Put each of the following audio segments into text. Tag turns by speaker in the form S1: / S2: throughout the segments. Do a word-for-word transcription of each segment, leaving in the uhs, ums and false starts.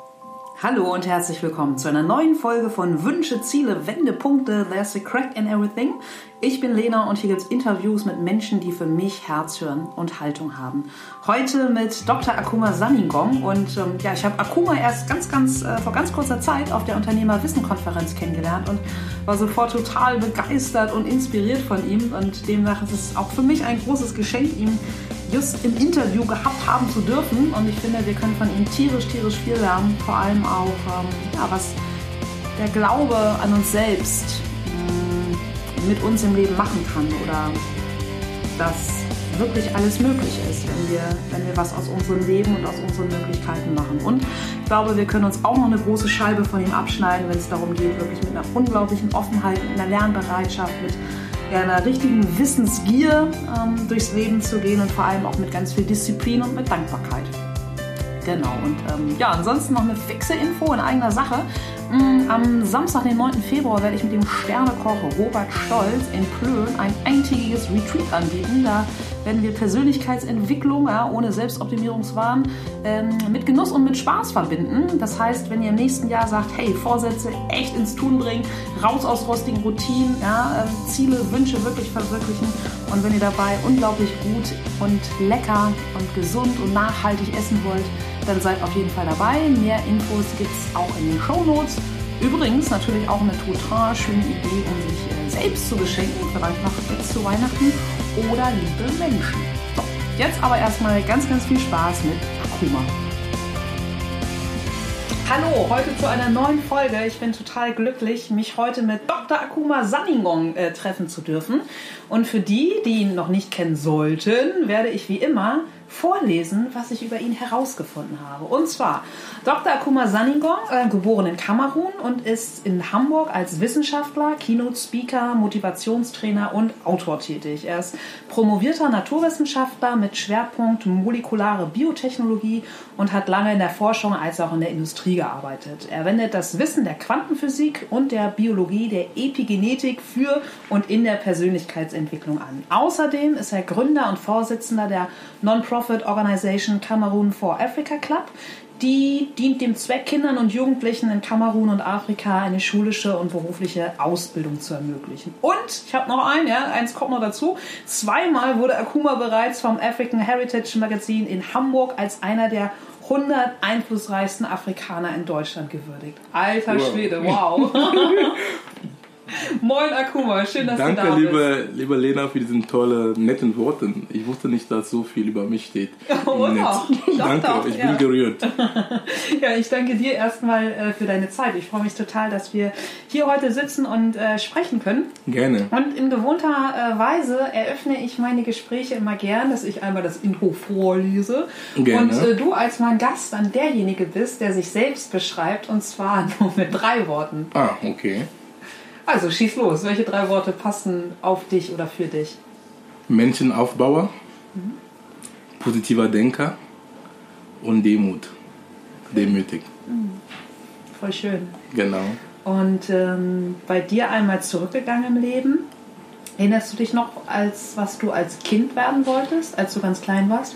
S1: Hallo und herzlich willkommen zu einer neuen Folge von Wünsche, Ziele, Wendepunkte, There's a Crack in Everything. Ich bin Lena und hier gibt es Interviews mit Menschen, die für mich Herz, Hirn und Haltung haben. Heute mit Doktor Akuma Saningong und ähm, ja, ich habe Akuma erst ganz, ganz äh, vor ganz kurzer Zeit auf der Unternehmerwissen-Konferenz kennengelernt und war sofort total begeistert und inspiriert von ihm und demnach ist es auch für mich ein großes Geschenk, ihn just im Interview gehabt haben zu dürfen und ich finde, wir können von ihm tierisch, tierisch viel lernen, vor allem auch, ähm, ja, was der Glaube an uns selbst mh, mit uns im Leben machen kann oder dass wirklich alles möglich ist, wenn wir, wenn wir was aus unserem Leben und aus unseren Möglichkeiten machen. Und ich glaube, wir können uns auch noch eine große Scheibe von ihm abschneiden, wenn es darum geht, wirklich mit einer unglaublichen Offenheit, mit einer Lernbereitschaft, mit ja, einer richtigen Wissensgier ähm, durchs Leben zu gehen und vor allem auch mit ganz viel Disziplin und mit Dankbarkeit. Genau, und ähm, ja, ansonsten noch eine fixe Info in eigener Sache. Mm, am Samstag, den neunten Februar, werde ich mit dem Sternekoch Robert Stolz in Plön ein eintägiges Retreat anbieten. Da werden wir Persönlichkeitsentwicklung ja, ohne Selbstoptimierungswahn ähm, mit Genuss und mit Spaß verbinden. Das heißt, wenn ihr im nächsten Jahr sagt, hey, Vorsätze echt ins Tun bringen, raus aus rostigen Routinen, ja, äh, Ziele, Wünsche wirklich verwirklichen und wenn ihr dabei unglaublich gut und lecker und gesund und nachhaltig essen wollt, dann seid auf jeden Fall dabei. Mehr Infos gibt es auch in den Shownotes. Übrigens natürlich auch eine total schöne Idee, um sich äh, selbst zu beschenken, vielleicht noch jetzt zu Weihnachten oder liebe Menschen. So, jetzt aber erstmal ganz, ganz viel Spaß mit Akuma. Hallo, heute zu einer neuen Folge. Ich bin total glücklich, mich heute mit Doktor Akuma Saningong äh, treffen zu dürfen. Und für die, die ihn noch nicht kennen sollten, werde ich wie immer vorlesen, was ich über ihn herausgefunden habe. Und zwar Doktor Akuma Saningong, äh, geboren in Kamerun und ist in Hamburg als Wissenschaftler, Keynote-Speaker, Motivationstrainer und Autor tätig. Er ist promovierter Naturwissenschaftler mit Schwerpunkt molekulare Biotechnologie und hat lange in der Forschung als auch in der Industrie gearbeitet. Er wendet das Wissen der Quantenphysik und der Biologie der Epigenetik für und in der Persönlichkeitsentwicklung an. Außerdem ist er Gründer und Vorsitzender der Non-Profit Organisation Cameroon for Africa Club. Die dient dem Zweck, Kindern und Jugendlichen in Kamerun und Afrika eine schulische und berufliche Ausbildung zu ermöglichen. Und ich habe noch einen, ja, eins kommt noch dazu. Zweimal wurde Akuma bereits vom African Heritage Magazine in Hamburg als einer der hundert einflussreichsten Afrikaner in Deutschland gewürdigt. Alter wow. Schwede, wow. Moin Akuma, schön, dass
S2: Danke,
S1: du da bist.
S2: Danke, liebe, liebe Lena, für diese tollen, netten Worten. Ich wusste nicht, dass so viel über mich steht.
S1: Oh, doch. Doch,
S2: danke,
S1: doch,
S2: ich
S1: ja.
S2: bin gerührt.
S1: Ja, ich danke dir erstmal äh, für deine Zeit. Ich freue mich total, dass wir hier heute sitzen und äh, sprechen können.
S2: Gerne.
S1: Und in gewohnter äh, Weise eröffne ich meine Gespräche immer gern, dass ich einmal das Intro vorlese.
S2: Gerne.
S1: Und äh, du als mein Gast dann derjenige bist, der sich selbst beschreibt, und zwar nur mit drei Worten.
S2: Ah, okay.
S1: Also schieß los. Welche drei Worte passen auf dich oder für dich?
S2: Menschenaufbauer, mhm. positiver Denker und Demut. Demütig.
S1: Mhm. Voll schön.
S2: Genau.
S1: Und ähm, bei dir einmal zurückgegangen im Leben. Erinnerst du dich noch, als was du als Kind werden wolltest, als du ganz klein warst?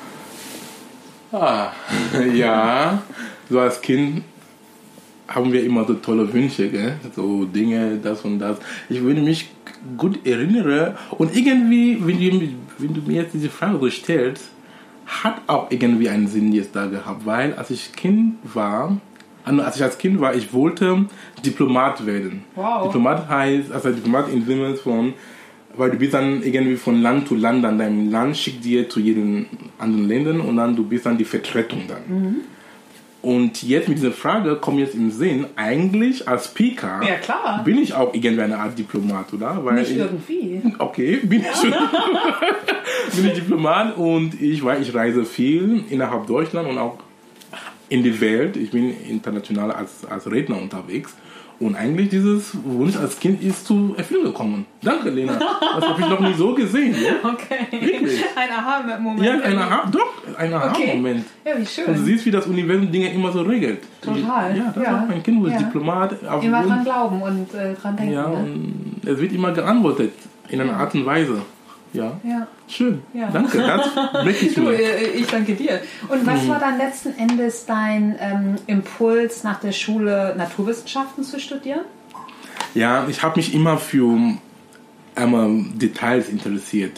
S2: Ah, ja. So als Kind haben wir immer so tolle Wünsche, gell? So Dinge, das und das. Ich würde mich gut erinnern und irgendwie, wenn du, wenn du mir jetzt diese Frage so stellst, hat auch irgendwie einen Sinn jetzt da gehabt, weil als ich Kind war, als ich als Kind war, ich wollte Diplomat werden.
S1: Wow.
S2: Diplomat heißt, also Diplomat im Sinne von, weil du bist dann irgendwie von Land zu Land, dann dein Land schickt dir zu jedem anderen Ländern und dann du bist dann die Vertretung dann. Mhm. Und jetzt mit dieser Frage kommt jetzt im Sinn, eigentlich als Speaker
S1: ja, klar.
S2: bin ich auch irgendwie eine Art Diplomat, oder? Weil
S1: Nicht
S2: ich,
S1: irgendwie.
S2: Okay, bin ich schon. bin ich Diplomat und ich, weil ich reise viel innerhalb Deutschland und auch in die Welt. Ich bin international als, als Redner unterwegs. Und eigentlich dieses Wunsch als Kind ist zu Erfüllung gekommen. Danke, Lena. Das habe ich noch nie so gesehen. Ja?
S1: Okay.
S2: Wirklich.
S1: Ein Aha-Moment.
S2: Ja, ein Aha, doch, ein Aha-Moment.
S1: Okay. Ja, wie schön.
S2: Und du siehst, wie das Universum Dinge immer so regelt.
S1: Total.
S2: Ja, das
S1: ja.
S2: war mein Kind, wo
S1: ja.
S2: ist Diplomat.
S1: Immer dran glauben und äh, dran denken.
S2: Ja,
S1: ne?
S2: und es wird immer geantwortet in einer Art und Weise. Ja.
S1: ja.
S2: Schön.
S1: Ja.
S2: Danke. Ganz wirklich
S1: du, ich danke dir. Und was
S2: mhm.
S1: war dann letzten Endes dein ähm, Impuls, nach der Schule Naturwissenschaften zu studieren?
S2: Ja, ich habe mich immer für ähm, Details interessiert.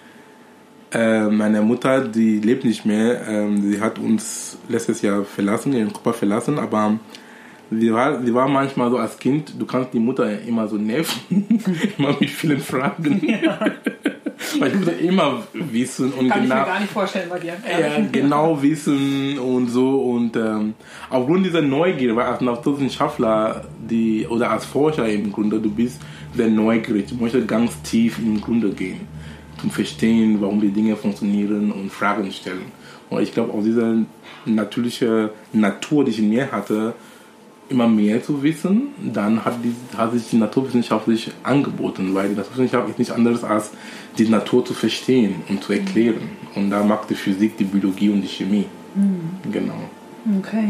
S2: Äh, meine Mutter, die lebt nicht mehr. Ähm, sie hat uns letztes Jahr verlassen, ihren Körper verlassen, aber sie war, sie war manchmal so als Kind, du kannst die Mutter immer so nerven, immer mit vielen Fragen. Ja. Weil ich wollte immer wissen und
S1: Kann
S2: genau,
S1: ich mir gar nicht vorstellen bei dir.
S2: Ja, genau wissen und so. Und ähm, aufgrund dieser Neugier, weil als Naturwissenschaftler die, oder als Forscher im Grunde, du bist sehr neugierig, du möchtest ganz tief im Grunde gehen, zum Verstehen, warum die Dinge funktionieren und Fragen stellen. Und ich glaube, aus dieser natürlichen Natur, die ich in mir hatte, immer mehr zu wissen, dann hat, die, hat sich die Naturwissenschaft sich angeboten, weil die Naturwissenschaft ist nicht anderes als die Natur zu verstehen und zu erklären. Und da macht die Physik, die Biologie und die Chemie. Mhm. Genau.
S1: Okay.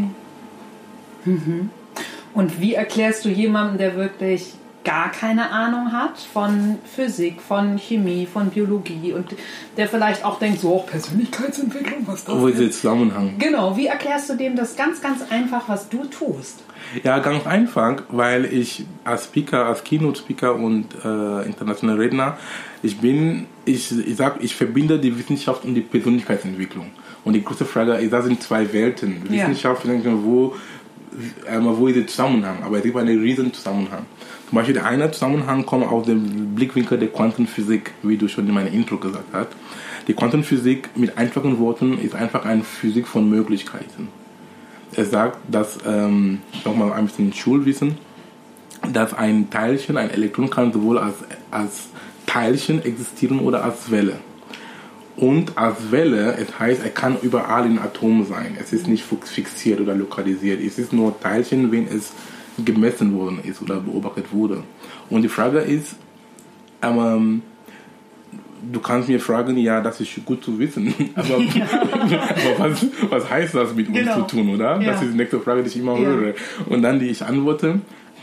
S1: Mhm. Und wie erklärst du jemandem, der wirklich gar keine Ahnung hat von Physik, von Chemie, von Biologie und der vielleicht auch denkt, so auch Persönlichkeitsentwicklung, was das
S2: Wo ist der Zusammenhang?
S1: Genau, wie erklärst du dem das ganz, ganz einfach, was du tust?
S2: Ja, ganz einfach, weil ich als Speaker, als Keynote-Speaker und äh, internationaler Redner, ich bin, ich, ich sag, ich verbinde die Wissenschaft und die Persönlichkeitsentwicklung. Und die große Frage ist, das sind zwei Welten. Ja. Wissenschaft, wo, äh, wo ist der Zusammenhang? Aber es gibt einen riesen Zusammenhang. Zum Beispiel der eine Zusammenhang kommt aus dem Blickwinkel der Quantenphysik, wie du schon in meinem Intro gesagt hast. Die Quantenphysik mit einfachen Worten ist einfach eine Physik von Möglichkeiten. Es sagt, dass, ähm, nochmal ein bisschen Schulwissen, dass ein Teilchen, ein Elektron kann sowohl als, als Teilchen existieren oder als Welle. Und als Welle, es heißt, er kann überall in Atomen sein. Es ist nicht fixiert oder lokalisiert. Es ist nur Teilchen, wenn es gemessen worden ist oder beobachtet wurde. Und die Frage ist, ähm, du kannst mir fragen, ja, das ist gut zu wissen, aber, ja. aber was, was heißt das mit uns genau. zu tun, oder? Ja. Das ist die nächste Frage, die ich immer ja. höre. Und dann, die ich antworte,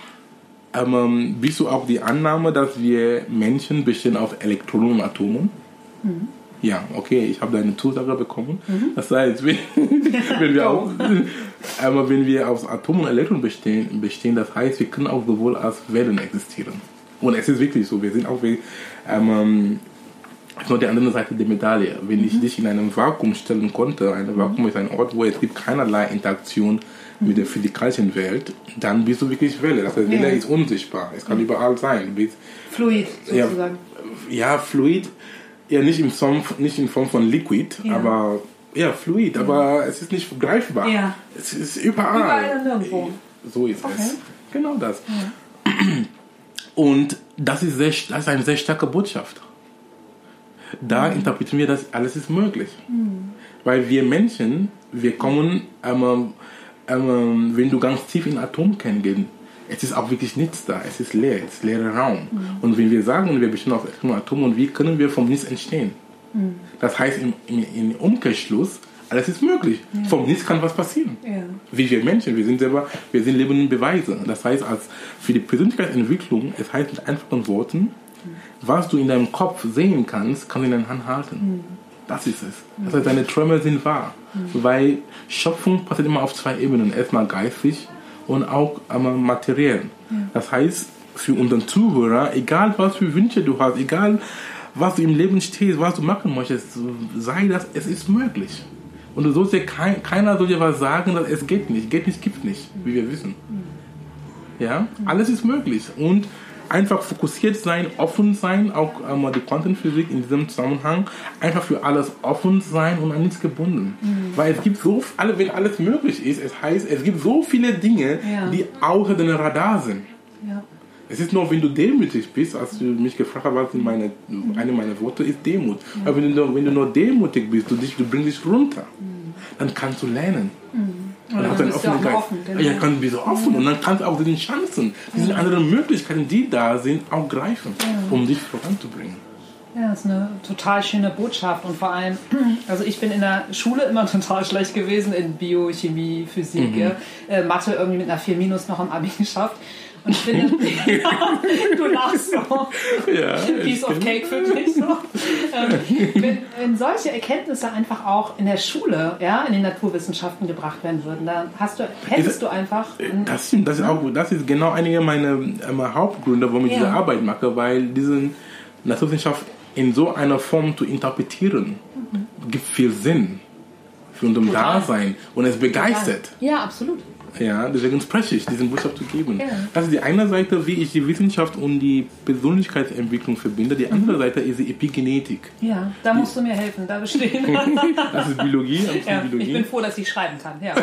S2: ähm, bist du auch die Annahme, dass wir Menschen bestehen aus Elektronen und Atomen? Mhm. Ja, okay, ich habe deine Zusage bekommen. Mhm. Das heißt, wenn, wenn, wir auch, aber wenn wir aus Atomen und Elektronen bestehen, bestehen, das heißt, wir können auch sowohl als Wellen existieren. Und es ist wirklich so, wir sind auch wie, ähm, das ist nur die andere Seite der Medaille. Wenn mhm. ich dich in einem Vakuum stellen konnte, ein Vakuum ist ein Ort, wo es gibt keinerlei Interaktion mhm. mit der physikalischen Welt, dann bist du wirklich Welle. Das heißt, Welle ja. ist unsichtbar. Es kann mhm. überall sein. Du bist,
S1: Fluid sozusagen.
S2: Ja, ja, Fluid. Ja, nicht in Form, nicht in Form von Liquid, ja. aber ja, Fluid. Ja. Aber es ist nicht greifbar. Ja. Es ist überall.
S1: Überall und nirgendwo.
S2: So ist
S1: okay.
S2: es. Genau das. Ja. Und das ist, sehr, das ist eine sehr starke Botschaft. Da mhm. interpretieren wir, dass alles ist möglich. Mhm. Weil wir Menschen, wir kommen, ähm, ähm, wenn du ganz tief in Atomkern gehst, es ist auch wirklich nichts da, es ist leer, es ist leerer Raum. Mhm. Und wenn wir sagen, wir bestehen aus Atomen, und wie können wir vom Nichts entstehen? Mhm. Das heißt, im, im, im Umkehrschluss, alles ist möglich. Ja. Vom Nichts kann was passieren. Ja. Wie wir Menschen, wir sind selber, wir sind lebende Beweise. Das heißt, als für die Persönlichkeitsentwicklung, es heißt mit einfachen Worten, mhm. was du in deinem Kopf sehen kannst, kannst du in deiner Hand halten. Mhm. Das ist es. Das heißt, deine Träume sind wahr. Mhm. Weil Schöpfung passiert immer auf zwei Ebenen. Erstmal geistig und auch ähm, materiell. Ja. Das heißt, für unseren Zuhörer, egal was für Wünsche du hast, egal was du im Leben stehst, was du machen möchtest, sei das, es ist möglich. Und du sollst dir kein, keiner soll dir was sagen, dass es geht nicht. Geht nicht, gibt nicht, wie wir wissen. Ja, alles ist möglich. Und einfach fokussiert sein, offen sein, auch ähm, die Quantenphysik in diesem Zusammenhang, einfach für alles offen sein und an nichts gebunden. Mhm. Weil es gibt so, alle, wenn alles möglich ist, es heißt, es gibt so viele Dinge, ja. die außer dem Radar sind. Ja. Es ist nur, wenn du demütig bist, als du mich gefragt hast, meine, eine meiner Worte ist Demut. Ja. Aber wenn du, wenn du nur demütig bist, du, dich, du bringst dich runter, mhm. dann kannst du lernen. Mhm.
S1: Dann, dann bist du auch offen.
S2: Genau. Ja, dann bist du offen mhm. und dann kannst du auch die Chancen, diese mhm. anderen Möglichkeiten, die da sind, auch greifen, ja. um dich voranzubringen.
S1: Ja, das ist eine total schöne Botschaft und vor allem, also ich bin in der Schule immer total schlecht gewesen in Bio, Chemie, Physik, mhm. ja. äh, Mathe irgendwie mit einer vier minus noch am Abi geschafft Und ich finde, du lachst so.
S2: Ja,
S1: Piece of Cake für mich. So. Ähm, wenn, wenn solche Erkenntnisse einfach auch in der Schule, ja, in den Naturwissenschaften gebracht werden würden, dann hast du, hättest du einfach...
S2: Das stimmt, das ist auch gut. Das ist genau einige meiner ähm, Hauptgründe, warum ich ja. diese Arbeit mache, weil diese Naturwissenschaft in so einer Form zu interpretieren, mhm. gibt viel Sinn für unser Dasein und es begeistert.
S1: Ja, absolut.
S2: Ja, deswegen spreche ich, diesen Botschaft zu geben.
S1: Ja.
S2: Das ist die eine Seite, wie ich die Wissenschaft und die Persönlichkeitsentwicklung verbinde. Die andere mhm. Seite ist die Epigenetik.
S1: Ja, da musst du mir helfen, da bestehen.
S2: Das ist Biologie.
S1: Ja,
S2: Biologie.
S1: Ich bin froh, dass ich schreiben kann. Ja.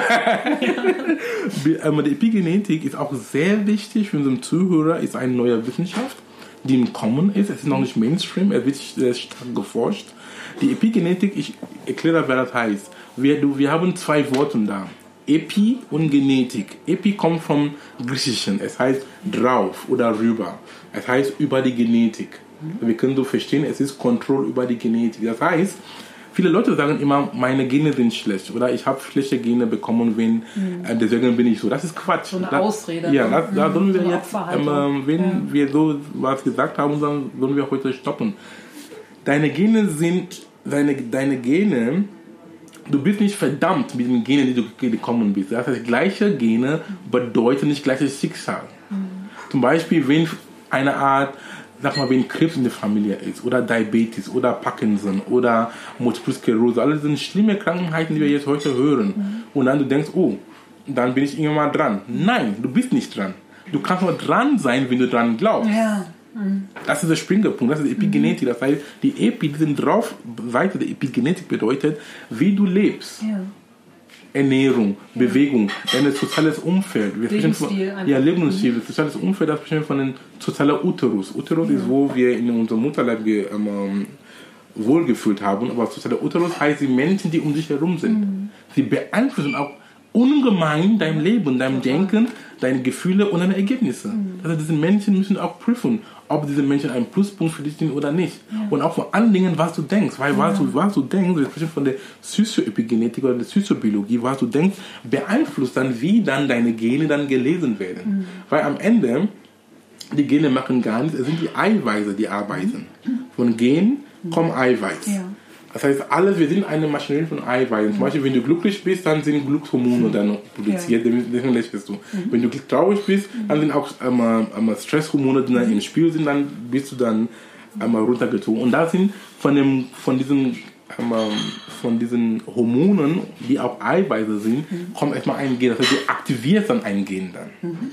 S2: Die Epigenetik ist auch sehr wichtig für unseren Zuhörer, ist eine neue Wissenschaft, die im Kommen ist. Es ist noch nicht Mainstream, es wird sehr stark geforscht. Die Epigenetik, ich erkläre, wer das heißt. Wir, du, wir haben zwei Worte da. Epi und Genetik. Epi kommt vom Griechischen. Es heißt drauf oder rüber. Es heißt über die Genetik. Mhm. Wir können so verstehen, es ist Kontrolle über die Genetik. Das heißt, viele Leute sagen immer, meine Gene sind schlecht oder ich habe schlechte Gene bekommen, wenn, mhm. äh, deswegen bin ich so. Das ist Quatsch.
S1: So eine
S2: da,
S1: Ausrede.
S2: Ja, da, da sollen wir
S1: so
S2: jetzt, ähm, wenn ja. wir so was gesagt haben, dann sollen wir heute stoppen. Deine Gene sind, deine, deine Gene, du bist nicht verdammt mit den Genen, die du gekommen bist. Das heißt, gleiche Gene bedeuten nicht gleiches Schicksal. Mhm. Zum Beispiel, wenn eine Art, sag mal, wenn Krebs in der Familie ist oder Diabetes oder Parkinson oder Multiple Sklerose, alles sind schlimme Krankheiten, die wir jetzt heute hören. Mhm. Und dann du denkst, oh, dann bin ich irgendwann mal dran. Nein, du bist nicht dran. Du kannst nur dran sein, wenn du dran glaubst.
S1: Ja. Mhm.
S2: Das ist der Springerpunkt, das ist Epigenetik. Das heißt, die Epi, die sind drauf, Seite der Epigenetik bedeutet, wie du lebst. Ja. Ernährung, ja. Bewegung, dein soziales Umfeld. Wir
S1: Lebensstil.
S2: Von, ja, Lebensstil. Das soziales Umfeld, das bestimmt von dem sozialen Uterus. Uterus ja. ist, wo wir in unserem Mutterleib ge, ähm, wohlgefühlt haben. Aber sozialer Uterus heißt die Menschen, die um dich herum sind. Mhm. Sie beeinflussen auch ungemein dein Leben, dein Denken, deine Gefühle und deine Ergebnisse. Mhm. Also diese Menschen müssen auch prüfen, ob diese Menschen ein Pluspunkt für dich sind oder nicht. Ja. Und auch vor allen Dingen, was du denkst. Weil was, ja. du, was du denkst, wir sprechen von der Sozioepigenetik oder der Soziobiologie, was du denkst, beeinflusst dann, wie dann deine Gene dann gelesen werden. Mhm. Weil am Ende, die Gene machen gar nichts, es sind die Eiweiße, die arbeiten. Mhm. Von Gen kommt Eiweiß. Ja. Das heißt, alles, wir sind eine Maschinerie von Eiweißen. Mhm. Zum Beispiel, wenn du glücklich bist, dann sind Glückshormone mhm. dann produziert, ja. deswegen lächelst du. Mhm. Wenn du traurig bist, dann sind auch ähm, ähm, Stresshormone, die dann im Spiel sind, dann bist du dann ähm, runtergezogen. Und da sind von, dem, von, diesen, ähm, von diesen Hormonen, die auch Eiweiße sind, mhm. kommt erstmal ein Gen. Das heißt, du aktivierst dann ein Gen dann. Mhm.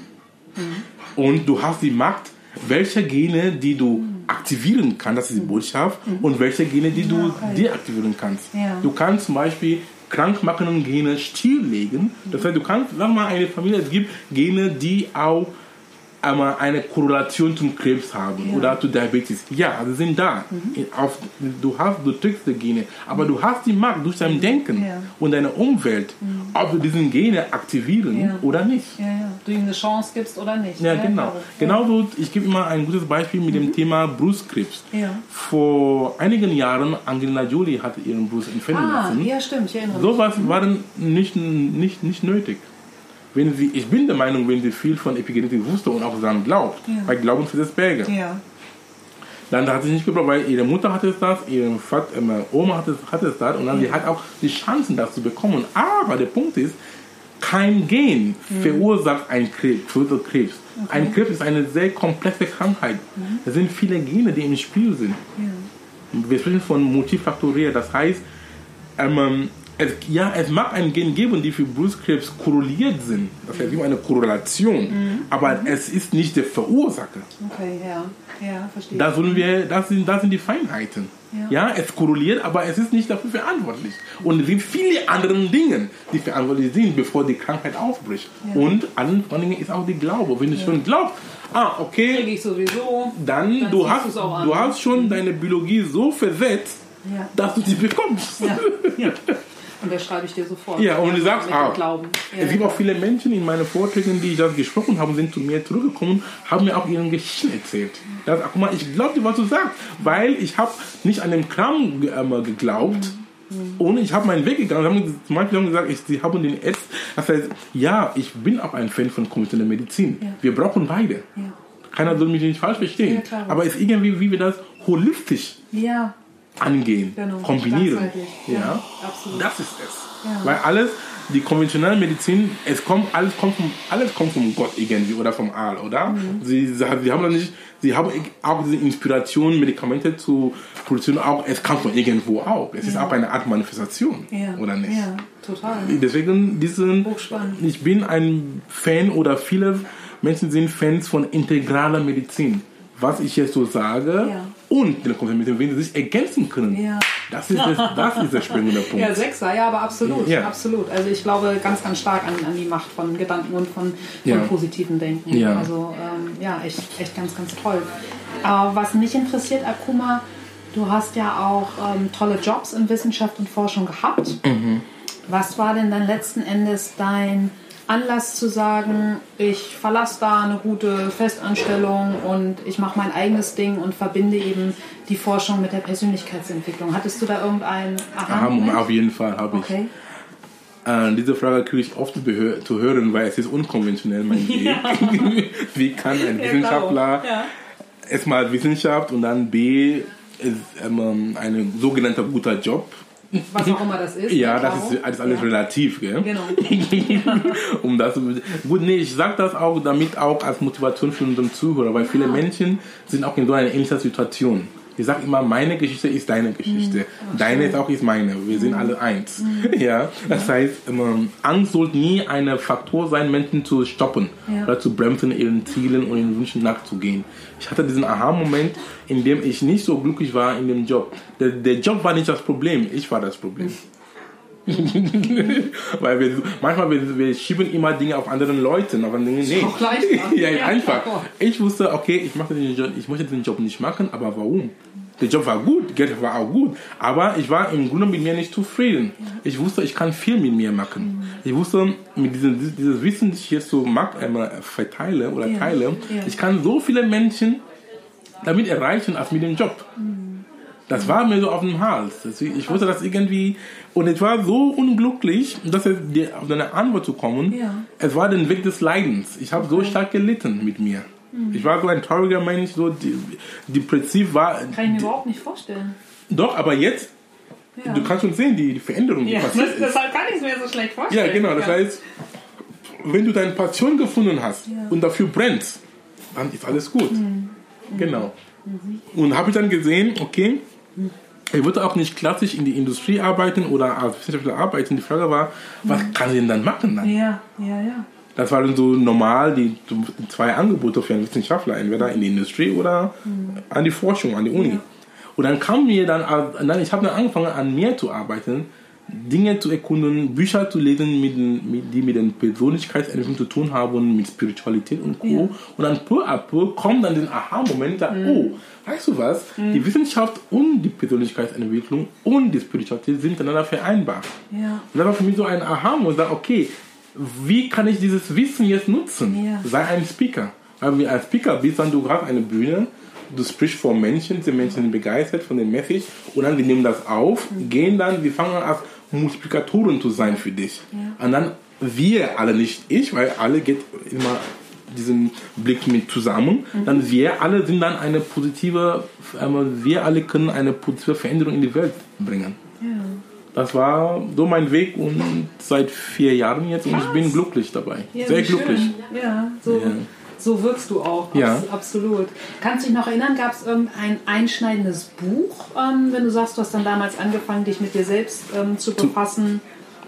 S2: Mhm. Und du hast die Macht, welche Gene, die du aktivieren kannst, das ist die Botschaft, mhm. und welche Gene, die du okay. deaktivieren kannst. Ja. Du kannst zum Beispiel krankmachende Gene stilllegen. Das heißt, du kannst, sag mal, eine Familie, es gibt Gene, die auch einmal eine Korrelation zum Krebs haben ja. oder zu Diabetes. Ja, sie sind da. Mhm. Auf, du, hast, du trägst die Gene, aber du hast die Macht durch dein Denken ja. und deine Umwelt, mhm. ob du diese Gene aktivieren ja. oder nicht.
S1: Ja, ja. Du ihm eine Chance gibst oder nicht.
S2: Ja, ja genau. Ja. Genauso, ich gebe immer ein gutes Beispiel mit mhm. dem Thema Brustkrebs. Ja. Vor einigen Jahren, Angelina Jolie hatte ihren Brust entfernen
S1: ah,
S2: lassen.
S1: Ja, stimmt, ich erinnere mich.
S2: Sowas mhm. war nicht, nicht, nicht nötig. Wenn sie, ich bin der Meinung, wenn sie viel von Epigenetik wusste und auch daran glaubt, ja. weil Glauben für das Berge, ja. dann hat sie nicht gebraucht, weil ihre Mutter hatte es das, ihre Vater, äh, Oma hatte, hatte es das und dann ja. sie hat auch die Chancen, das zu bekommen. Aber der Punkt ist, kein Gen mhm. verursacht einen Krebs. Krebs. Okay. Ein Krebs ist eine sehr komplexe Krankheit. Mhm. Es sind viele Gene, die im Spiel sind. Ja. Wir sprechen von multifaktoriell, das heißt, ähm, Es, ja, es mag ein Gen geben, die für Brustkrebs korreliert sind. Das heißt, eine Korrelation. Mhm. Aber mhm. es ist nicht der Verursacher.
S1: Okay, ja. Ja, verstehe.
S2: Da sollen wir, das, sind, das sind die Feinheiten. Ja. ja, es korreliert, aber es ist nicht dafür verantwortlich. Und es gibt viele andere Dinge, die verantwortlich sind, bevor die Krankheit aufbricht. Ja. Und allen vor Dingen ist auch die Glaube. Wenn du ja. schon glaubst, ah, okay,
S1: kriege ich sowieso,
S2: dann, dann du, hast, du hast schon mhm. deine Biologie so versetzt, ja. dass du sie bekommst.
S1: Ja. Ja. Und das schreibe ich dir sofort.
S2: Ja, und du sagst, ah,
S1: Glauben. Ja.
S2: Es gibt auch viele Menschen in meinen Vorträgen, die das gesprochen haben, sind zu mir zurückgekommen, haben mir auch ihren Geschichten erzählt. Das, guck mal, ich glaube dir, was du sagst, weil ich habe nicht an den Kram äh, geglaubt,
S1: Mhm.
S2: Und ich habe meinen Weg gegangen. Haben, zum Beispiel haben gesagt, ich, sie haben den Ärzte, das heißt, ja, ich bin auch ein Fan von konventioneller Medizin. Ja. Wir brauchen beide. Ja. Keiner soll mich nicht falsch verstehen. Ja, aber es ist irgendwie, wie wir das holistisch
S1: ja.
S2: angehen, genau. kombinieren. Ja, ja. Absolut. Das ist es. Ja. Weil alles, die konventionelle Medizin, es kommt, alles kommt vom, alles kommt vom Gott irgendwie oder vom All, oder? Mhm. Sie, sie haben das nicht, sie haben auch diese Inspiration, Medikamente zu produzieren, auch, es kam von irgendwo auch. Es ja. ist auch eine Art Manifestation, ja. oder nicht?
S1: Ja, total.
S2: Deswegen, diesen, ich bin ein Fan oder viele Menschen sind Fans von integraler Medizin. Was ich jetzt so sage ja. und den Medizin, wenn sie sich ergänzen können. Ja. Das, ist das, das ist der springende Punkt.
S1: Ja, Sechser, ja, aber absolut. Ja. absolut. Also ich glaube ganz, ganz stark an, an die Macht von Gedanken und von, von ja. positiven Denken. Ja. Also ähm, ja, echt, echt ganz, ganz toll. Aber was mich interessiert, Akuma, du hast ja auch ähm, tolle Jobs in Wissenschaft und Forschung gehabt. Mhm. Was war denn dann letzten Endes dein Anlass zu sagen, ich verlasse da eine gute Festanstellung und ich mache mein eigenes Ding und verbinde eben die Forschung mit der Persönlichkeitsentwicklung? Hattest du da irgendeinen Aha-Moment?
S2: Auf jeden Fall habe ich. Okay. Äh, diese Frage kriege ich oft zu hören, weil es ist unkonventionell, mein Weg. Ja. Wie kann ein Wissenschaftler ja. erstmal Wissenschaft und dann B ist ähm, ein sogenannter guter Job.
S1: Was auch immer das ist.
S2: Ja, das ist, das ist alles ja. relativ, gell?
S1: Genau.
S2: um das, gut, nee, ich sage das auch damit auch als Motivation für unseren Zuhörer, weil ja. viele Menschen sind auch in so einer ähnlichen Situation. Ich sage immer, meine Geschichte ist deine Geschichte. Mhm. Deine ist auch ist meine. Wir mhm. sind alle eins. Mhm. Ja, das ja. heißt, ähm, Angst sollte nie ein Faktor sein, Menschen zu stoppen ja. oder zu bremsen, ihren Zielen und ihren Wünschen nachzugehen. Ich hatte diesen Aha-Moment, in dem ich nicht so glücklich war in dem Job. Der, der Job war nicht das Problem, ich war das Problem. Weil wir manchmal wir, wir schieben immer Dinge auf anderen Leuten, aber nee, nee.
S1: Auch leichter.
S2: ja, ja, einfach. Ich wusste, okay, ich mache den Job, ich möchte den Job nicht machen, aber warum? Der Job war gut, Geld war auch gut, aber ich war im Grunde mit mir nicht zufrieden. Ich wusste, ich kann viel mit mir machen. Ich wusste, mit diesem dieses Wissen, das ich jetzt so mag, äh, verteile oder ja. teile, ja. ich kann so viele Menschen damit erreichen als mit dem Job. Das war mir so auf dem Hals. Ich wusste das irgendwie, und ich war so unglücklich, dass es auf deine Antwort zu kommen. Ja. Es war der Weg des Leidens. Ich habe okay. so stark gelitten mit mir. Mhm. Ich war so ein trauriger Mensch, so depressiv war.
S1: Kann ich mir überhaupt nicht vorstellen.
S2: Doch, aber jetzt, ja. du kannst schon sehen, die, die Veränderung, die
S1: ja,
S2: passiert
S1: das, ist. Deshalb kann ich es mir so schlecht vorstellen.
S2: Ja, genau. Das ja. heißt, wenn du deine Passion gefunden hast ja. und dafür brennst, dann ist alles gut. Mhm. Genau. Mhm. Und habe ich dann gesehen, okay, ich wollte auch nicht klassisch in die Industrie arbeiten oder als Wissenschaftler arbeiten. Die Frage war, was mhm. kann ich denn dann machen? Dann?
S1: Ja, ja, ja.
S2: Das waren so normal die zwei Angebote für einen Wissenschaftler, entweder in die Industrie oder mhm. an die Forschung, an die Uni. Ja. Und dann kam mir dann, dann ich habe dann angefangen, an mir zu arbeiten, Dinge zu erkunden, Bücher zu lesen, mit, mit, die mit den Persönlichkeitsentwicklung zu tun haben, mit Spiritualität und Co. Ja. Und dann peu à peu kommt dann der Aha-Moment, da, mhm. oh, weißt du was, mhm. die Wissenschaft und die Persönlichkeitsentwicklung und die Spiritualität sind miteinander vereinbar. Ja. Und das war für mich so ein Aha-Moment, okay, wie kann ich dieses Wissen jetzt nutzen? Ja. Sei ein Speaker. Weil wenn du ein Speaker bist, dann du hast eine Bühne, du sprichst vor Menschen, die Menschen sind begeistert von dem Message und dann wir nehmen das auf, mhm. gehen dann, wir fangen an als Multiplikatoren zu sein für dich. Ja. Und dann wir alle, nicht ich, weil alle geht immer diesen Blick mit zusammen, mhm. dann wir alle sind dann eine positive, wir alle können eine positive Veränderung in die Welt bringen. Ja. Das war so mein Weg und seit vier Jahren jetzt und Krass. Ich bin glücklich dabei. Ja, sehr glücklich.
S1: Schön. Ja, so. Ja. So wirkst du auch, ja. Abs- absolut. Kannst du dich noch erinnern, gab es irgendein einschneidendes Buch, ähm, wenn du sagst, du hast dann damals angefangen, dich mit dir selbst ähm, zu befassen?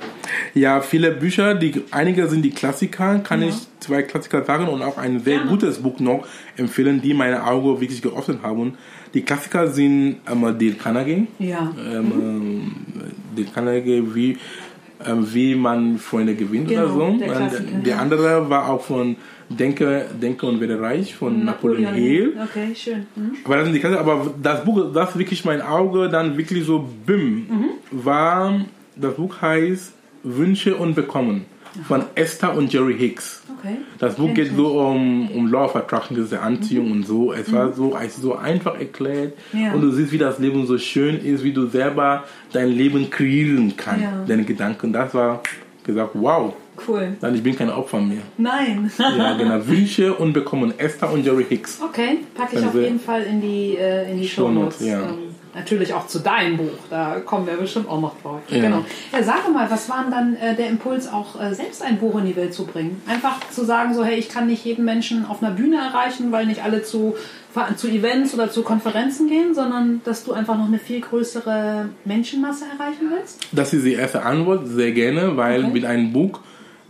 S2: Ja, viele Bücher, die, einige sind die Klassiker, kann ja. ich zwei Klassiker sagen und auch ein sehr Gerne. Gutes Buch noch empfehlen, die meine Augen wirklich geöffnet haben. Die Klassiker sind ähm, Dale Carnegie. Ja. Ähm, mhm. Dale Carnegie, wie, ähm, wie man Freunde gewinnt genau, oder so. Der, und der andere war auch von Denke, Denke und werde reich von Napoleon, Napoleon Hill. Okay, schön. Mhm. Aber, das sind die, aber das Buch, das wirklich mein Auge dann wirklich so bim, mhm. war, das Buch heißt Wünsche und Bekommen. von Esther und Jerry Hicks.
S1: Okay.
S2: Das Buch geht so um, um Law of Attraction, diese Anziehung mhm. und so. Es mhm. war so, also so einfach erklärt. Ja. Und du siehst, wie das Leben so schön ist, wie du selber dein Leben kreieren kannst. Ja. Deine Gedanken. Das war gesagt, wow.
S1: Cool.
S2: Dann ich bin kein Opfer mehr.
S1: Nein.
S2: Ja, genau. Wünsche und bekommen. Esther und Jerry Hicks.
S1: Okay, packe ich also auf jeden Fall in die, äh, in die Shownotes. Ja. Ähm, natürlich auch zu deinem Buch. Da kommen wir bestimmt auch noch drauf. Ja. Genau. Ja, sage mal, was war denn dann äh, der Impuls, auch äh, selbst ein Buch in die Welt zu bringen? Einfach zu sagen, so, hey, ich kann nicht jeden Menschen auf einer Bühne erreichen, weil nicht alle zu, zu Events oder zu Konferenzen gehen, sondern dass du einfach noch eine viel größere Menschenmasse erreichen willst?
S2: Das ist die erste Antwort, sehr gerne, weil okay. mit einem Buch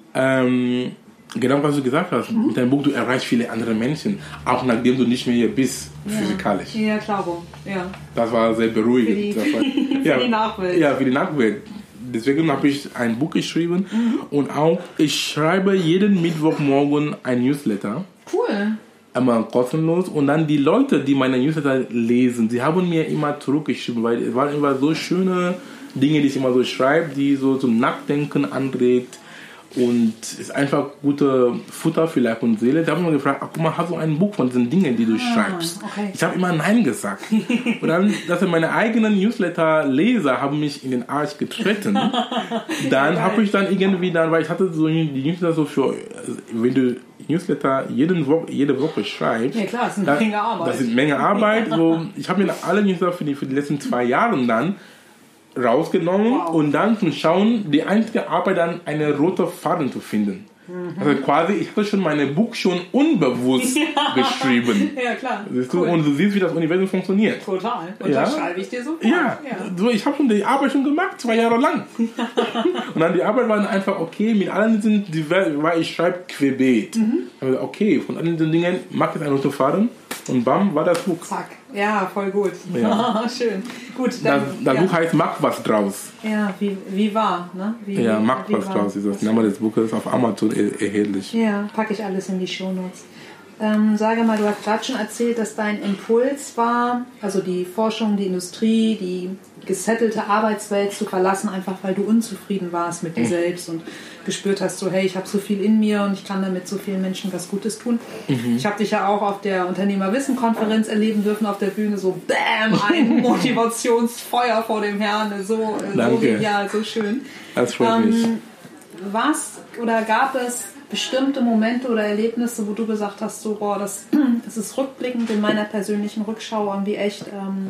S2: Ähm, genau, was du gesagt hast. Mhm. Mit deinem Buch, du erreichst viele andere Menschen, auch nachdem du nicht mehr hier bist,
S1: ja.
S2: physikalisch.
S1: Ja, klar. Ja.
S2: Das war sehr beruhigend.
S1: Für die,
S2: das war,
S1: für
S2: ja,
S1: die Nachwelt.
S2: Ja, für die Nachwelt. Deswegen habe ich ein Buch geschrieben mhm. und auch, ich schreibe jeden Mittwochmorgen ein Newsletter.
S1: Cool.
S2: Einmal kostenlos und dann die Leute, die meine Newsletter lesen, sie haben mir immer zurückgeschrieben, weil es waren immer so schöne Dinge, die ich immer so schreibe, die so zum Nachdenken anregt. Und es ist einfach gute Futter für Leib und Seele. Da haben wir gefragt, ach, guck mal, hast du ein Buch von diesen Dingen, die du ah, schreibst? Okay. Ich habe immer Nein gesagt. Und dann, dass meine eigenen Newsletter-Leser haben mich in den Arsch getreten. Dann habe ich dann irgendwie dann, weil ich hatte so die Newsletter so für, wenn du Newsletter jeden Wo- jede Woche schreibst.
S1: Ja klar, das ist eine da, Menge Arbeit.
S2: Das ist eine Menge Arbeit. So, ich habe mir alle Newsletter für die, für die letzten zwei Jahre dann rausgenommen wow. und dann zu schauen, die einzige Arbeit dann eine rote Faden zu finden. Mhm. Also quasi, ich habe schon mein Buch schon unbewusst ja. geschrieben.
S1: Ja, klar.
S2: Siehst du? Cool. Und du siehst, wie das Universum funktioniert.
S1: Total. Und ja. das schreibe ich dir so vor.
S2: Ja, ja. So, ich habe schon die Arbeit schon gemacht, zwei Jahre lang. Und dann die Arbeit war dann einfach, okay, mit allen diesen, weil ich schreibe querbeet. Mhm. Also, okay, von allen diesen Dingen mache ich einen roten Faden und bam, war das Buch.
S1: Zack. Ja, voll gut.
S2: Ja.
S1: Schön. Gut, dann,
S2: das das
S1: ja.
S2: Buch heißt Mach was draus.
S1: Ja, wie, wie war, ne? Wie,
S2: ja, Mach
S1: wie
S2: was
S1: war.
S2: draus ist das Name des Buches, auf Amazon er- erhältlich.
S1: Ja, packe ich alles in die Shownotes. Ähm, sage mal, du hast gerade schon erzählt, dass dein Impuls war, also die Forschung, die Industrie, die gesettelte Arbeitswelt zu verlassen, einfach weil du unzufrieden warst mit dir selbst und gespürt hast, so hey, ich habe so viel in mir und ich kann damit so vielen Menschen was Gutes tun. Mhm. Ich habe dich ja auch auf der Unternehmerwissen-Konferenz erleben dürfen, auf der Bühne, so bam, ein Motivationsfeuer vor dem Herrn, so, so genial, so schön.
S2: Das freut mich.
S1: Ähm, was oder gab es bestimmte Momente oder Erlebnisse, wo du gesagt hast, so, boah, das, das ist rückblickend in meiner persönlichen Rückschau irgendwie echt ähm,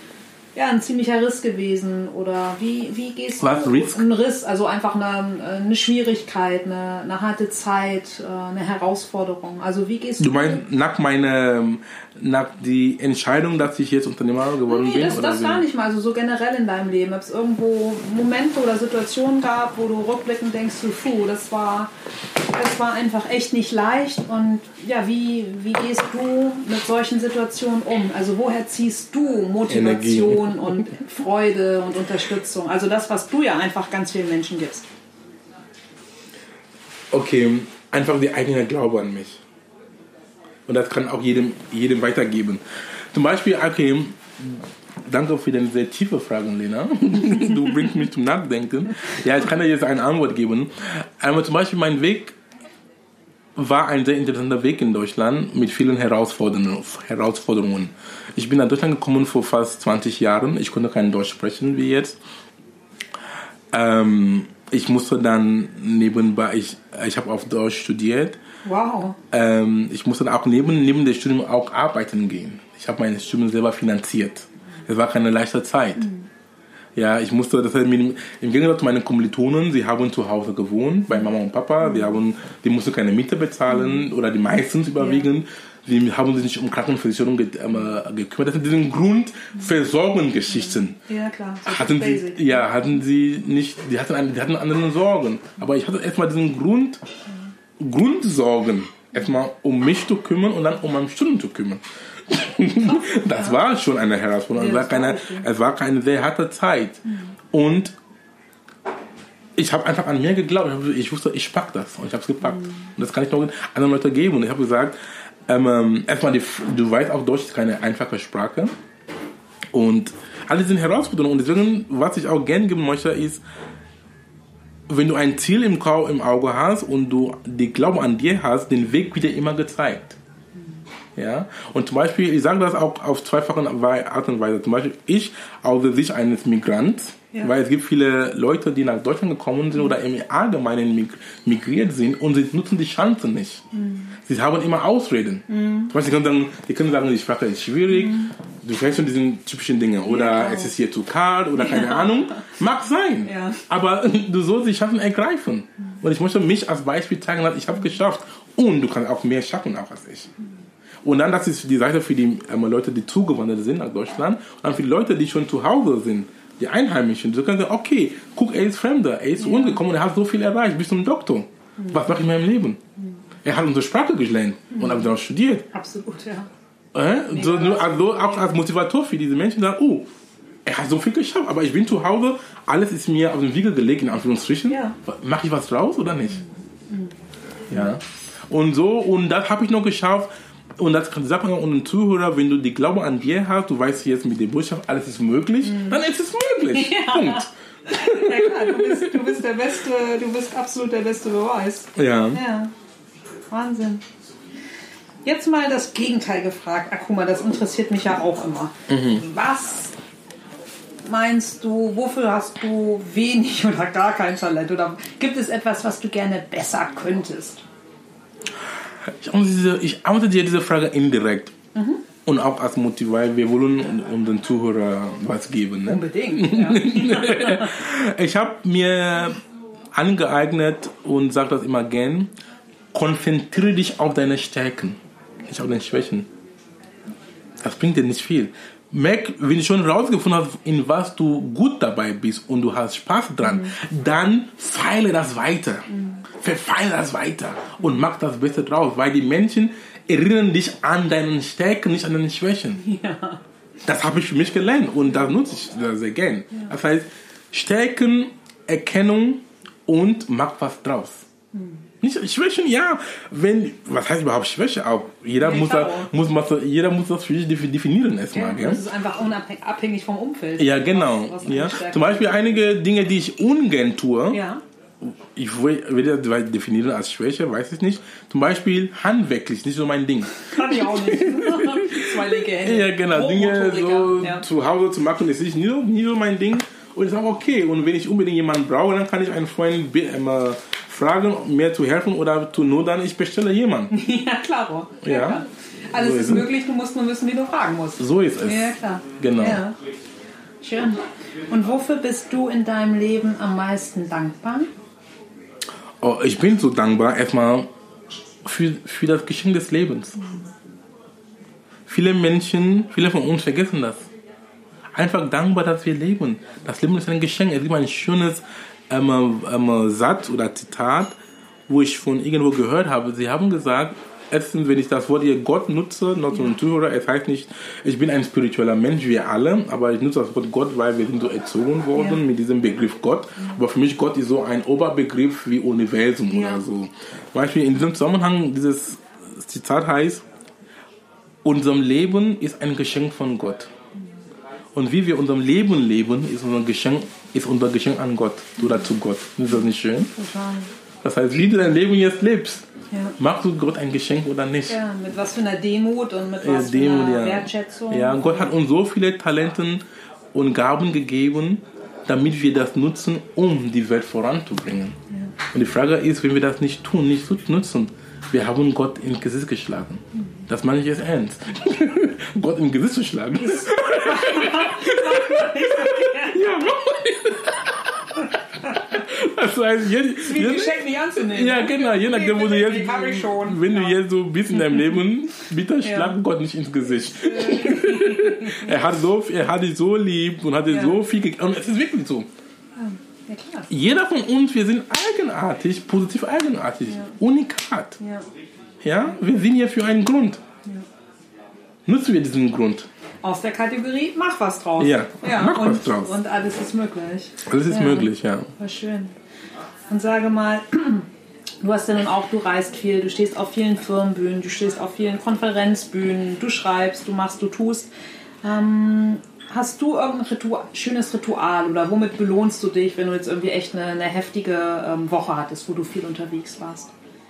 S1: ja, ein ziemlicher Riss gewesen? Oder wie, wie gehst
S2: Was,
S1: du?
S2: Riss?
S1: Ein Riss, also einfach eine, eine Schwierigkeit, eine, eine harte Zeit, eine Herausforderung. Also wie gehst du?
S2: Du meinst nach meiner, nach die Entscheidung, dass ich jetzt Unternehmer geworden
S1: nee,
S2: bin?
S1: Das,
S2: oder
S1: das gar nicht mal, also so generell in deinem Leben. Ob es irgendwo Momente oder Situationen gab, wo du rückblickend denkst, so, puh, das war, das war einfach echt nicht leicht. Und ja, wie, wie gehst du mit solchen Situationen um? Also woher ziehst du Motivation Energie und Freude und Unterstützung? Also das, was du ja einfach ganz vielen Menschen gibst.
S2: Okay, einfach die eigene Glaube an mich. Und das kann auch jedem, jedem weitergeben. Zum Beispiel, okay, danke für deine sehr tiefe Frage, Lena. Du bringst mich zum Nachdenken. Ja, ich kann dir jetzt eine Antwort geben. Aber zum Beispiel mein Weg war ein sehr interessanter Weg in Deutschland mit vielen Herausforderungen. Ich bin nach Deutschland gekommen vor fast zwanzig Jahren. Ich konnte kein Deutsch sprechen wie jetzt. Ähm, ich musste dann nebenbei, ich, ich habe auf Deutsch studiert.
S1: Wow.
S2: Ähm, ich musste dann auch neben, neben dem Studium auch arbeiten gehen. Ich habe mein Studium selber finanziert. Es war keine leichte Zeit. Mhm. Ja, ich musste, das heißt, im Gegensatz zu meinen Kommilitonen, sie haben zu Hause gewohnt, bei Mama und Papa, die, haben, die mussten keine Miete bezahlen, mhm. oder die meistens überwiegend. Ja. Sie haben sich nicht um Krankenversicherung ge- äh, gekümmert. Das sind diese Grundversorgungsgeschichten.
S1: Ja, klar. So
S2: hatten sie, ja, hatten sie nicht, die hatten, eine, die hatten andere Sorgen. Aber ich hatte erstmal diesen Grund, mhm. Grundsorgen, erstmal um mich zu kümmern und dann um mein Studium zu kümmern. Das ja. war schon eine Herausforderung. Ja, es, war keine, es war keine sehr harte Zeit. Mhm. Und ich habe einfach an mir geglaubt. Ich wusste, ich pack das. Und ich habe es gepackt. Mhm. Und das kann ich noch anderen Leuten geben. Und ich habe gesagt, ähm, erstmal, die, du weißt auch, Deutsch ist keine einfache Sprache. Und alle sind Herausforderungen. Und deswegen, was ich auch gerne geben möchte, ist, wenn du ein Ziel im, im Auge hast und du den Glauben an dir hast, den Weg wird dir immer gezeigt. Ja? Und zum Beispiel, ich sage das auch auf zweifachen Art und Weise. Zum Beispiel ich aus der Sicht eines Migrants, ja. weil es gibt viele Leute, die nach Deutschland gekommen sind mhm. oder im Allgemeinen migriert sind und sie nutzen die Chance nicht. Mhm. Sie haben immer Ausreden. Mhm. Zum Beispiel, die können sagen, die, können sagen, die Sprache ist schwierig, mhm. du kennst schon diese typischen Dinge. Oder ja, es ist hier zu kalt oder keine ja. Ahnung. Mag sein. Ja. Aber du sollst die Chancen ergreifen. Mhm. Und ich möchte mich als Beispiel zeigen, dass ich habe es geschafft. Und du kannst auch mehr schaffen auch als ich. Mhm. Und dann, das ist die Seite für die ähm, Leute, die zugewandert sind nach Deutschland. Und dann für die Leute, die schon zu Hause sind, die Einheimischen. So können sie sagen, okay, guck, er ist Fremder, er ist zu uns gekommen und er hat so viel erreicht, bis zum Doktor. Mhm. Was mache ich in meinem Leben? Mhm. Er hat unsere Sprache gelernt mhm. und hat dann studiert.
S1: Absolut, ja.
S2: Äh? So, also auch als Motivator für diese Menschen sagen, oh, er hat so viel geschafft, aber ich bin zu Hause, alles ist mir auf den Wiegel gelegt, in Anführungsstrichen. Ja. Mache ich was draus oder nicht? Mhm. Ja. Und so, und das habe ich noch geschafft. Und das sagt man an den Zuhörer, wenn du die Glaube an dir hast, du weißt jetzt mit der Botschaft, alles ist möglich, mhm. dann ist es möglich. Ja. Punkt.
S1: Ja klar, du bist, du bist der beste, du bist absolut der beste Beweis.
S2: Ja.
S1: Ja. Wahnsinn. Jetzt mal das Gegenteil gefragt. Ach guck mal, das interessiert mich ja auch immer. Mhm. Was meinst du, wofür hast du wenig oder gar kein Talent? Oder gibt es etwas, was du gerne besser könntest?
S2: Ich antworte, ich antworte dir diese Frage indirekt. Mhm. Und auch als Motiv, weil wir wollen unseren Zuhörern was geben. Ne?
S1: Unbedingt, ja.
S2: Ich habe mir angeeignet und sage das immer gern, konzentriere dich auf deine Stärken, nicht auf deine Schwächen. Das bringt dir nicht viel. Merk, wenn du schon rausgefunden hast, in was du gut dabei bist und du hast Spaß dran, mhm. dann feile das weiter. Mhm. Verfeile das weiter und mach das Beste draus, weil die Menschen erinnern dich an deinen Stärken, nicht an deinen Schwächen. Ja. Das habe ich für mich gelernt und das nutze ich sehr, sehr gern. Ja. Das heißt, Stärken, Erkennung und mach was draus. Mhm. Nicht Schwächen, ja. Wenn, was heißt überhaupt Schwäche? Auch jeder, nee, muss, da, muss, jeder muss das für sich definieren erstmal.
S1: Ja, das ist einfach unabhängig vom Umfeld.
S2: Ja, genau. Was, was ja. Zum Beispiel einige Dinge, die ich ungern tue. Ja. Ich würde das definieren als Schwäche, weiß ich nicht. Zum Beispiel handwerklich, nicht so mein Ding.
S1: Kann ich auch nicht. Zwei linke Hände.
S2: Ja, genau. Dinge so ja. zu Hause zu machen, ist nicht, nie, so, nie so mein Ding. Und ich sage, okay. Und wenn ich unbedingt jemanden brauche, dann kann ich einen Freund immer fragen, mir zu helfen oder zu nur dann, ich bestelle jemanden.
S1: Ja, klar. Ja,
S2: ja.
S1: Klar. Alles so ist, ist möglich, du musst nur wissen, wie du fragen musst.
S2: So ist es.
S1: Ja, klar.
S2: Genau.
S1: Ja. Schön. Und wofür bist du in deinem Leben am meisten dankbar?
S2: Oh, ich bin so dankbar erstmal für, für das Geschenk des Lebens. Mhm. Viele Menschen, viele von uns vergessen das. Einfach dankbar, dass wir leben. Das Leben ist ein Geschenk. Es gibt ein schönes ähm, ähm, Satz oder Zitat, wo ich von irgendwo gehört habe. Sie haben gesagt, erstens, wenn ich das Wort hier Gott nutze, not so ein Zuhörer, es heißt nicht, ich bin ein spiritueller Mensch, wir alle, aber ich nutze das Wort Gott, weil wir sind so erzogen worden ja. mit diesem Begriff Gott. Aber für mich Gott ist so ein Oberbegriff wie Universum ja. oder so. Zum Beispiel in diesem Zusammenhang, dieses Zitat heißt, unser Leben ist ein Geschenk von Gott. Und wie wir unser Leben leben, ist unser Geschenk, ist unser Geschenk an Gott oder zu Gott. Ist das nicht schön?
S1: Total.
S2: Das heißt, wie du dein Leben jetzt lebst,
S1: ja.
S2: machst du Gott ein Geschenk oder nicht?
S1: Ja, mit was für einer Demut und mit was ja, Demut, für einer ja. Wertschätzung.
S2: Ja, Gott hat uns so viele Talente und Gaben gegeben, damit wir das nutzen, um die Welt voranzubringen. Ja. Und die Frage ist, wenn wir das nicht tun, nicht nutzen, wir haben Gott ins Gesicht geschlagen. Mhm. Das meine ich jetzt ernst. Gott ins Gesicht zu schlagen. Ja, das heißt, je,
S1: das wie ein Geschenk nicht anzunehmen.
S2: Ja, genau. Je nachdem, wo du jetzt, wenn du jetzt so bist in deinem Leben, bitte schlag ja. Gott nicht ins Gesicht. er, hat so, er hat dich so lieb und hat dir ja. so viel gegeben. Und es ist wirklich so.
S1: Ja, klar.
S2: Jeder von uns, wir sind eigenartig, positiv eigenartig, ja. unikat.
S1: Ja.
S2: Ja, wir sind hier für einen Grund. Ja. Nutzen wir diesen Grund.
S1: Aus der Kategorie, mach was draus.
S2: Ja,
S1: ja
S2: mach
S1: und,
S2: was draus.
S1: Und alles ist möglich.
S2: Alles ist
S1: ja.
S2: möglich, ja.
S1: War schön. Und sage mal, du hast ja nun auch, du reist viel, du stehst auf vielen Firmenbühnen, du stehst auf vielen Konferenzbühnen, du schreibst, du machst, du tust. Ähm, hast du irgendein Ritual, schönes Ritual oder womit belohnst du dich, wenn du jetzt irgendwie echt eine, eine heftige ähm, Woche hattest, wo du viel unterwegs warst?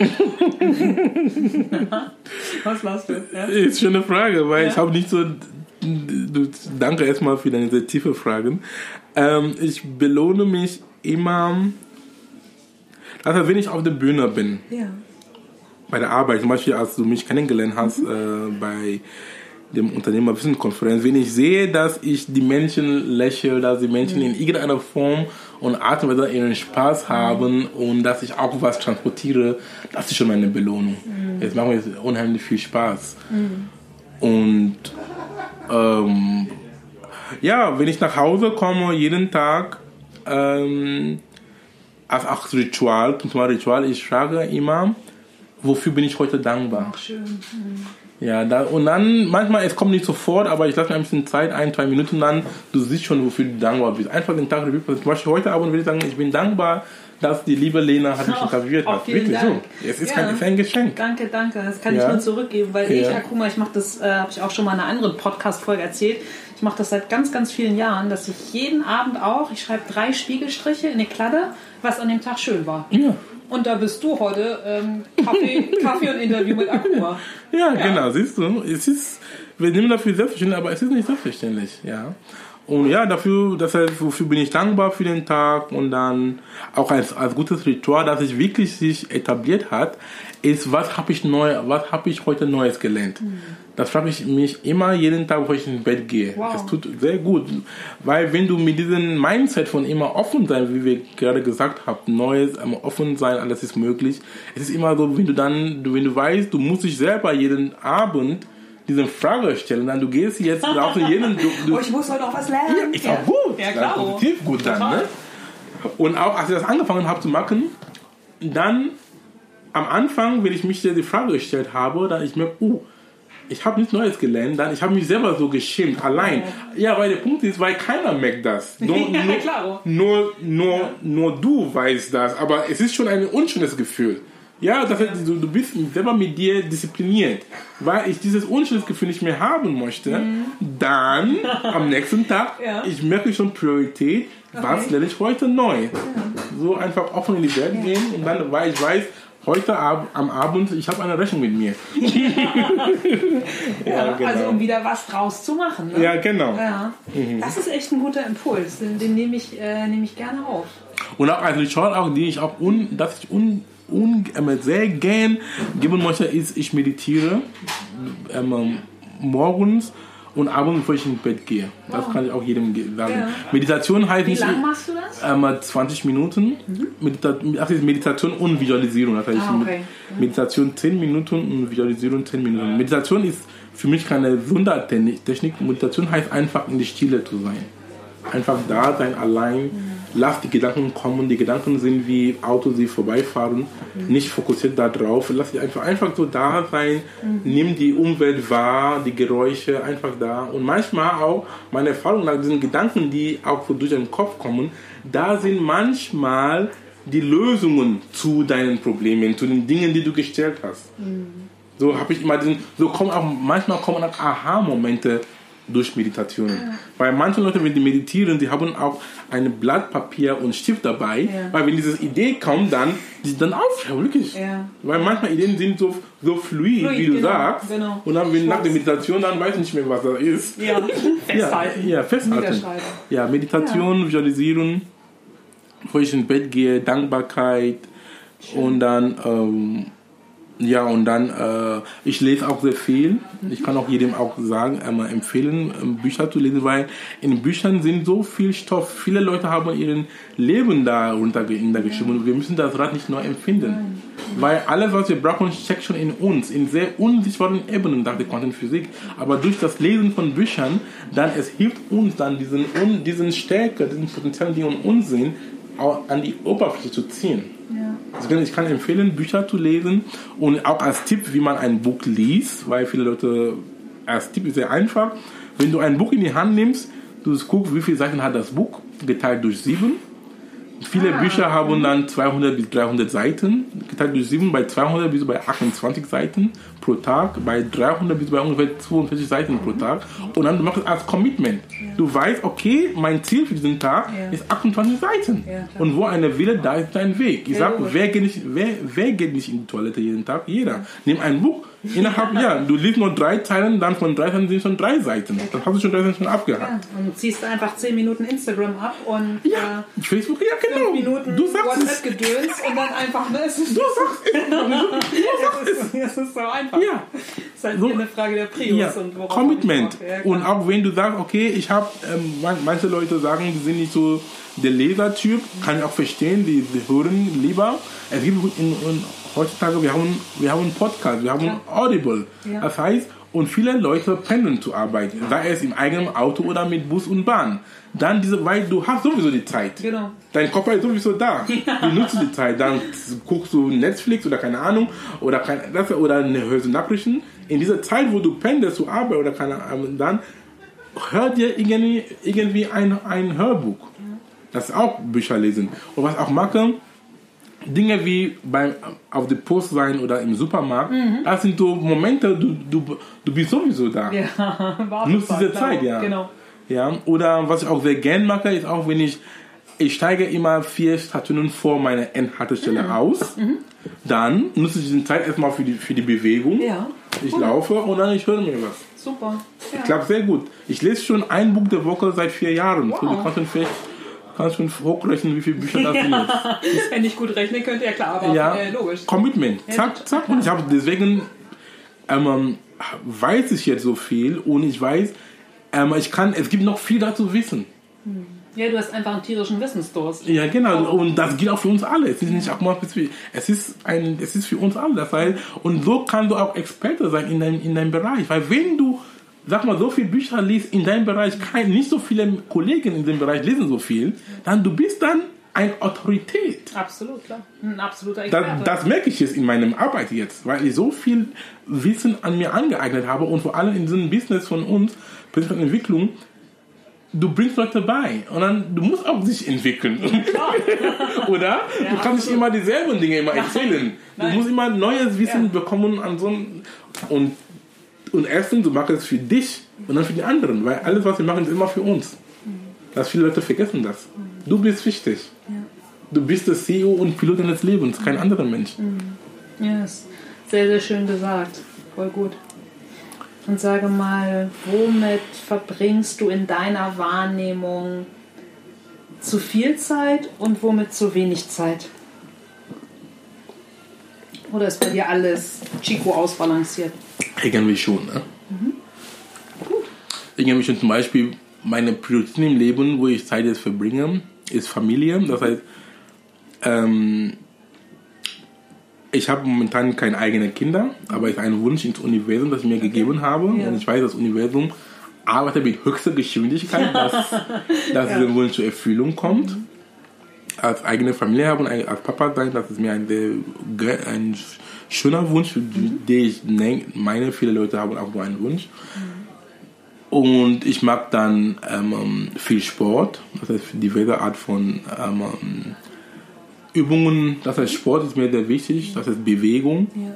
S1: Was machst du? Ja?
S2: Ist schon eine Frage, weil ja. ich habe nicht so... Du, danke erstmal für deine sehr tiefe Fragen. Ähm, ich belohne mich immer, also wenn ich auf der Bühne bin. Ja. Bei der Arbeit, zum Beispiel als du mich kennengelernt hast, mhm. äh, bei dem Unternehmerwissenkonferenz, wenn ich sehe, dass ich die Menschen lächle, dass die Menschen mhm. in irgendeiner Form und Art und Weise ihren Spaß haben und dass ich auch was transportiere, das ist schon meine Belohnung. Mhm. Jetzt macht mir unheimlich viel Spaß. Mhm. Und ähm, ja, wenn ich nach Hause komme, jeden Tag, ähm, als auch Ritual, Ritual, ich frage immer, wofür bin ich heute dankbar?
S1: Ach, schön. Mhm.
S2: Ja, da, und dann, manchmal, es kommt nicht sofort, aber ich lasse mir ein bisschen Zeit, ein, zwei Minuten dann, du siehst schon, wofür du dankbar bist. Einfach den Tag revue. Zum Beispiel heute Abend würde ich sagen, ich bin dankbar, dass die liebe Lena hat mich oh, interviewt hat.
S1: Vielen Wirklich Dank.
S2: So. Es ist, ja. ein, ist ein Geschenk.
S1: Danke, danke. Das kann ja. ich nur zurückgeben, weil ja. ich, Akuma, ich mache das, äh, habe ich auch schon mal in einer anderen Podcast-Folge erzählt, ich mache das seit ganz, ganz vielen Jahren, dass ich jeden Abend auch, ich schreibe drei Spiegelstriche in eine Kladde, was an dem Tag schön war.
S2: Ja.
S1: Und da bist du heute ähm, Kaffee, Kaffee und Interview mit Akuma.
S2: Ja, ja, genau, siehst du. Es ist, wir nehmen dafür selbstverständlich, aber es ist nicht selbstverständlich. Ja. Und ja, dafür, das heißt, wofür bin ich dankbar für den Tag und dann auch als, als gutes Ritual, das sich wirklich sich etabliert hat, ist, was habe ich neu, was habe ich heute Neues gelernt? Mhm. Das frage ich mich immer jeden Tag, bevor ich ins Bett gehe.
S1: Wow.
S2: Das tut sehr gut, weil wenn du mit diesem Mindset von immer offen sein, wie wir gerade gesagt haben, Neues, offen sein, alles ist möglich. Es ist immer so, wenn du dann, wenn du weißt, du musst dich selber jeden Abend diese Frage stellen, dann du gehst jetzt raus in jeden... Du, du,
S1: oh, ich muss heute auch was lernen.
S2: Ja, ist ja. auch gut.
S1: Ja, klar.
S2: Das ist positiv gut dann. Ne? Und auch als ich das angefangen habe zu machen, dann am Anfang, wenn ich mich die Frage gestellt habe, dann ich mir, oh, ich habe nichts Neues gelernt, dann ich habe mich selber so geschämt, allein. Ja, weil der Punkt ist, weil keiner merkt das. Nur,
S1: ja,
S2: nur,
S1: klar.
S2: nur, nur, ja. nur du weißt das, aber es ist schon ein unschönes Gefühl. Ja, das heißt, du, du bist selber mit dir diszipliniert. Weil ich dieses unschönes Gefühl nicht mehr haben möchte, mhm. dann am nächsten Tag, ja. ich merke schon Priorität, okay. was lerne ich heute neu. Ja. So einfach offen in die Welt ja. gehen und dann, weil ich weiß, heute Ab- am Abend, ich habe eine Rechnung mit mir.
S1: ja, ja, genau. Also um wieder was draus zu machen. Ne?
S2: Ja, genau.
S1: Ja. Mhm. Das ist echt ein guter Impuls, den, den nehme ich, äh, nehm ich gerne auf.
S2: Und auch als Ritual, auch, die ich auch un, dass ich un, un, äh, sehr gern geben möchte, ist, ich meditiere ähm, morgens und abends, bevor ich ins Bett gehe. Das oh. kann ich auch jedem sagen. Ja. Meditation heißt
S1: Wie
S2: nicht... Wie
S1: lange machst du das?
S2: Ähm, zwanzig Minuten. Mhm. Medita- das ist Meditation und Visualisierung. Das heißt
S1: ah, okay.
S2: Meditation zehn Minuten und Visualisierung zehn Minuten. Meditation ist für mich keine Wundertechnik. Meditation heißt einfach in die Stille zu sein. Einfach da sein, allein. Mhm. Lass die Gedanken kommen. Die Gedanken sind wie Autos, die vorbeifahren. Mhm. Nicht fokussiert da drauf. Lass dich einfach, einfach so da sein. Mhm. Nimm die Umwelt wahr, die Geräusche, einfach da. Und manchmal auch, meine Erfahrung nach diesen Gedanken, die auch so durch den Kopf kommen, da sind manchmal die Lösungen zu deinen Problemen, zu den Dingen, die du gestellt hast. Mhm. So habe ich immer diesen, so kommen auch, manchmal kommen auch Aha-Momente durch Meditation. Ja. Weil manche Leute, wenn die meditieren, die haben auch ein Blatt Papier und Stift dabei, ja. weil wenn diese Idee kommt, dann die dann aufhören, wirklich. Ja. Weil manchmal Ideen sind so, so fluid, fluid, wie du genau, sagst. Genau. Und dann, wenn nach der Meditation, dann weiß ich nicht mehr, was das ist.
S1: Ja, festhalten.
S2: Ja, ja festhalten. Ja, Meditation, ja. Visualisieren, bevor ich ins Bett gehe, Dankbarkeit. Schön. Und dann ähm, ja, und dann, äh, ich lese auch sehr viel. Ich kann auch jedem auch sagen, einmal empfehlen, Bücher zu lesen, weil in Büchern sind so viel Stoff. Viele Leute haben ihren Leben da runtergeschrieben und wir müssen das Rad nicht neu empfinden. Weil alles, was wir brauchen, steckt schon in uns, in sehr unsichtbaren Ebenen nach der Quantenphysik. Aber durch das Lesen von Büchern, dann es hilft uns dann, diesen, diesen Stärke, diesen Potenzial, die in uns sind, auch an die Oberfläche zu ziehen. Ja. Also ich kann empfehlen, Bücher zu lesen und auch als Tipp, wie man ein Buch liest, weil viele Leute, als Tipp ist sehr einfach, wenn du ein Buch in die Hand nimmst, du guckst, wie viele Seiten hat das Buch, geteilt durch sieben, Viele
S1: Ah,
S2: Bücher haben
S1: mhm.
S2: dann zweihundert bis dreihundert Seiten, geteilt durch sieben, bei zweihundert bis bei achtundzwanzig Seiten pro Tag, bei dreihundert bis bei ungefähr zweiundvierzig Seiten pro Tag. Und dann machst du als Commitment.
S1: Ja.
S2: Du weißt, okay, mein Ziel für diesen Tag
S1: Ja.
S2: ist achtundzwanzig Seiten.
S1: Ja, klar.
S2: Und wo eine Wille, da ist dein Weg. Ich
S1: Ja,
S2: sag,
S1: logisch.
S2: wer geht, nicht, wer, wer geht nicht in die Toilette jeden Tag? Jeder. Nimm ein Buch, innerhalb, ja, du liest nur drei Zeilen, dann von drei Zeilen sind schon drei Seiten. Dann hast du schon drei Seiten schon abgehakt.
S1: Ja, und ziehst einfach zehn Minuten Instagram ab und
S2: Ja,
S1: äh,
S2: Facebook, ja genau.
S1: fünf Minuten
S2: Du sagst es.
S1: WhatsApp-Gedöns und dann einfach, ne, es ist,
S2: Du sagst es. Du sagst
S1: es ist, es ist so einfach.
S2: Ja.
S1: Es ist halt
S2: So-
S1: eine Frage der Prios
S2: Ja,
S1: und worauf
S2: Commitment.
S1: man sich drauf- ja,
S2: Und auch wenn du sagst, okay, ich habe, ähm, man- manche Leute sagen, die sind nicht so der Lesertyp, kann ich auch verstehen, die, die hören lieber. Es gibt in, in, heutzutage, wir haben, wir haben einen Podcast, wir haben
S1: Ja.
S2: Audible.
S1: Ja.
S2: Das heißt, und viele Leute pendeln zur Arbeit, sei es im eigenen Auto oder mit Bus und Bahn. Dann diese, weil du hast sowieso die Zeit.
S1: Genau.
S2: Dein Kopf ist sowieso da. Du nutzt die Zeit. Dann guckst du Netflix oder keine Ahnung oder, kein, das, oder hörst du Nachrichten. In dieser Zeit, wo du pendelst zur Arbeit oder keine Ahnung, dann hör dir irgendwie, irgendwie ein, ein Hörbuch. Das ist auch Bücher lesen. Und was auch mache, Dinge wie beim, auf der Post sein oder im Supermarkt, das sind so Momente, du, du, du bist sowieso da.
S1: Ja,
S2: Nutzt diese
S1: Wartezeit,
S2: Zeit, ja.
S1: Genau.
S2: Ja. Oder was ich auch sehr gern mache, ist auch, wenn ich, ich steige immer vier Stationen vor meiner Endhaltestelle
S1: Mhm.
S2: aus, dann nutze ich die Zeit erstmal für die, für die Bewegung.
S1: Ja.
S2: Ich
S1: Cool.
S2: laufe und dann ich höre mir was.
S1: Super. Ja.
S2: Klappt sehr gut. Ich lese schon ein Buch der Woche seit vier Jahren.
S1: Wow.
S2: So, du kannst schon, vielleicht, kannst schon hochrechnen, wie viele Bücher das sind.
S1: Wenn ich gut rechnen könnte, ja klar, aber
S2: Ja,
S1: äh, logisch.
S2: Commitment.
S1: Ja,
S2: Zack, zack. Und ich habe deswegen ähm, weiß ich jetzt so viel und ich weiß, ähm, ich kann, es gibt noch viel dazu wissen.
S1: Ja, du hast einfach einen tierischen Wissensdurst.
S2: Ja, genau. Und das gilt auch für uns alle. Es ist nicht auch mal spezifisch. Es ist ein, es ist für uns alle. Das heißt, und so kannst du auch Experte sein in deinem, in deinem Bereich. Weil wenn du, sag mal, so viele Bücher liest in deinem Bereich, kein, nicht so viele Kollegen in dem Bereich lesen so viel, dann du bist dann eine Autorität.
S1: Absolut, klar. Ein absoluter
S2: Das,
S1: Experte.
S2: das merke ich jetzt in meiner Arbeit jetzt, weil ich so viel Wissen an mir angeeignet habe und vor allem in diesem Business von uns, persönliche Entwicklung, du bringst Leute bei und dann du musst auch sich entwickeln, oder?
S1: Ja,
S2: du kannst
S1: absolut.
S2: nicht immer dieselben Dinge immer erzählen.
S1: Nein.
S2: Du musst immer neues Wissen
S1: Ja.
S2: bekommen an so ein, und und erstens du machst es für dich und dann für die anderen, weil alles was wir machen ist immer für uns. Dass viele Leute vergessen das. Du bist wichtig. Du bist der C E O und Pilot deines Lebens, kein anderer Mensch.
S1: Ja, ist sehr, sehr schön gesagt. Voll gut. Und sage mal, womit verbringst du in deiner Wahrnehmung zu viel Zeit und womit zu wenig Zeit? Oder ist bei dir alles Chico ausbalanciert?
S2: Irgendwie schon. Ne? Irgendwie schon zum Beispiel meine Prioritäten im Leben, wo ich Zeit jetzt verbringe, ist Familie. Das heißt, ähm, ich habe momentan keine eigenen Kinder, aber es ist ein Wunsch ins Universum, das ich mir gegeben habe.
S1: Ja.
S2: Und ich weiß, das Universum arbeitet mit höchster Geschwindigkeit, dass, dass
S1: Ja.
S2: dieser Wunsch zur Erfüllung kommt. Als eigene Familie haben und als Papa sein, das ist mir ein, sehr, ein schöner Wunsch, den ich meine, viele Leute haben auch nur einen Wunsch. Und ich mag dann ähm, viel Sport, das heißt diverse Art von ähm, Übungen, das heißt Sport ist mir sehr wichtig, das heißt Bewegung.
S1: Ja.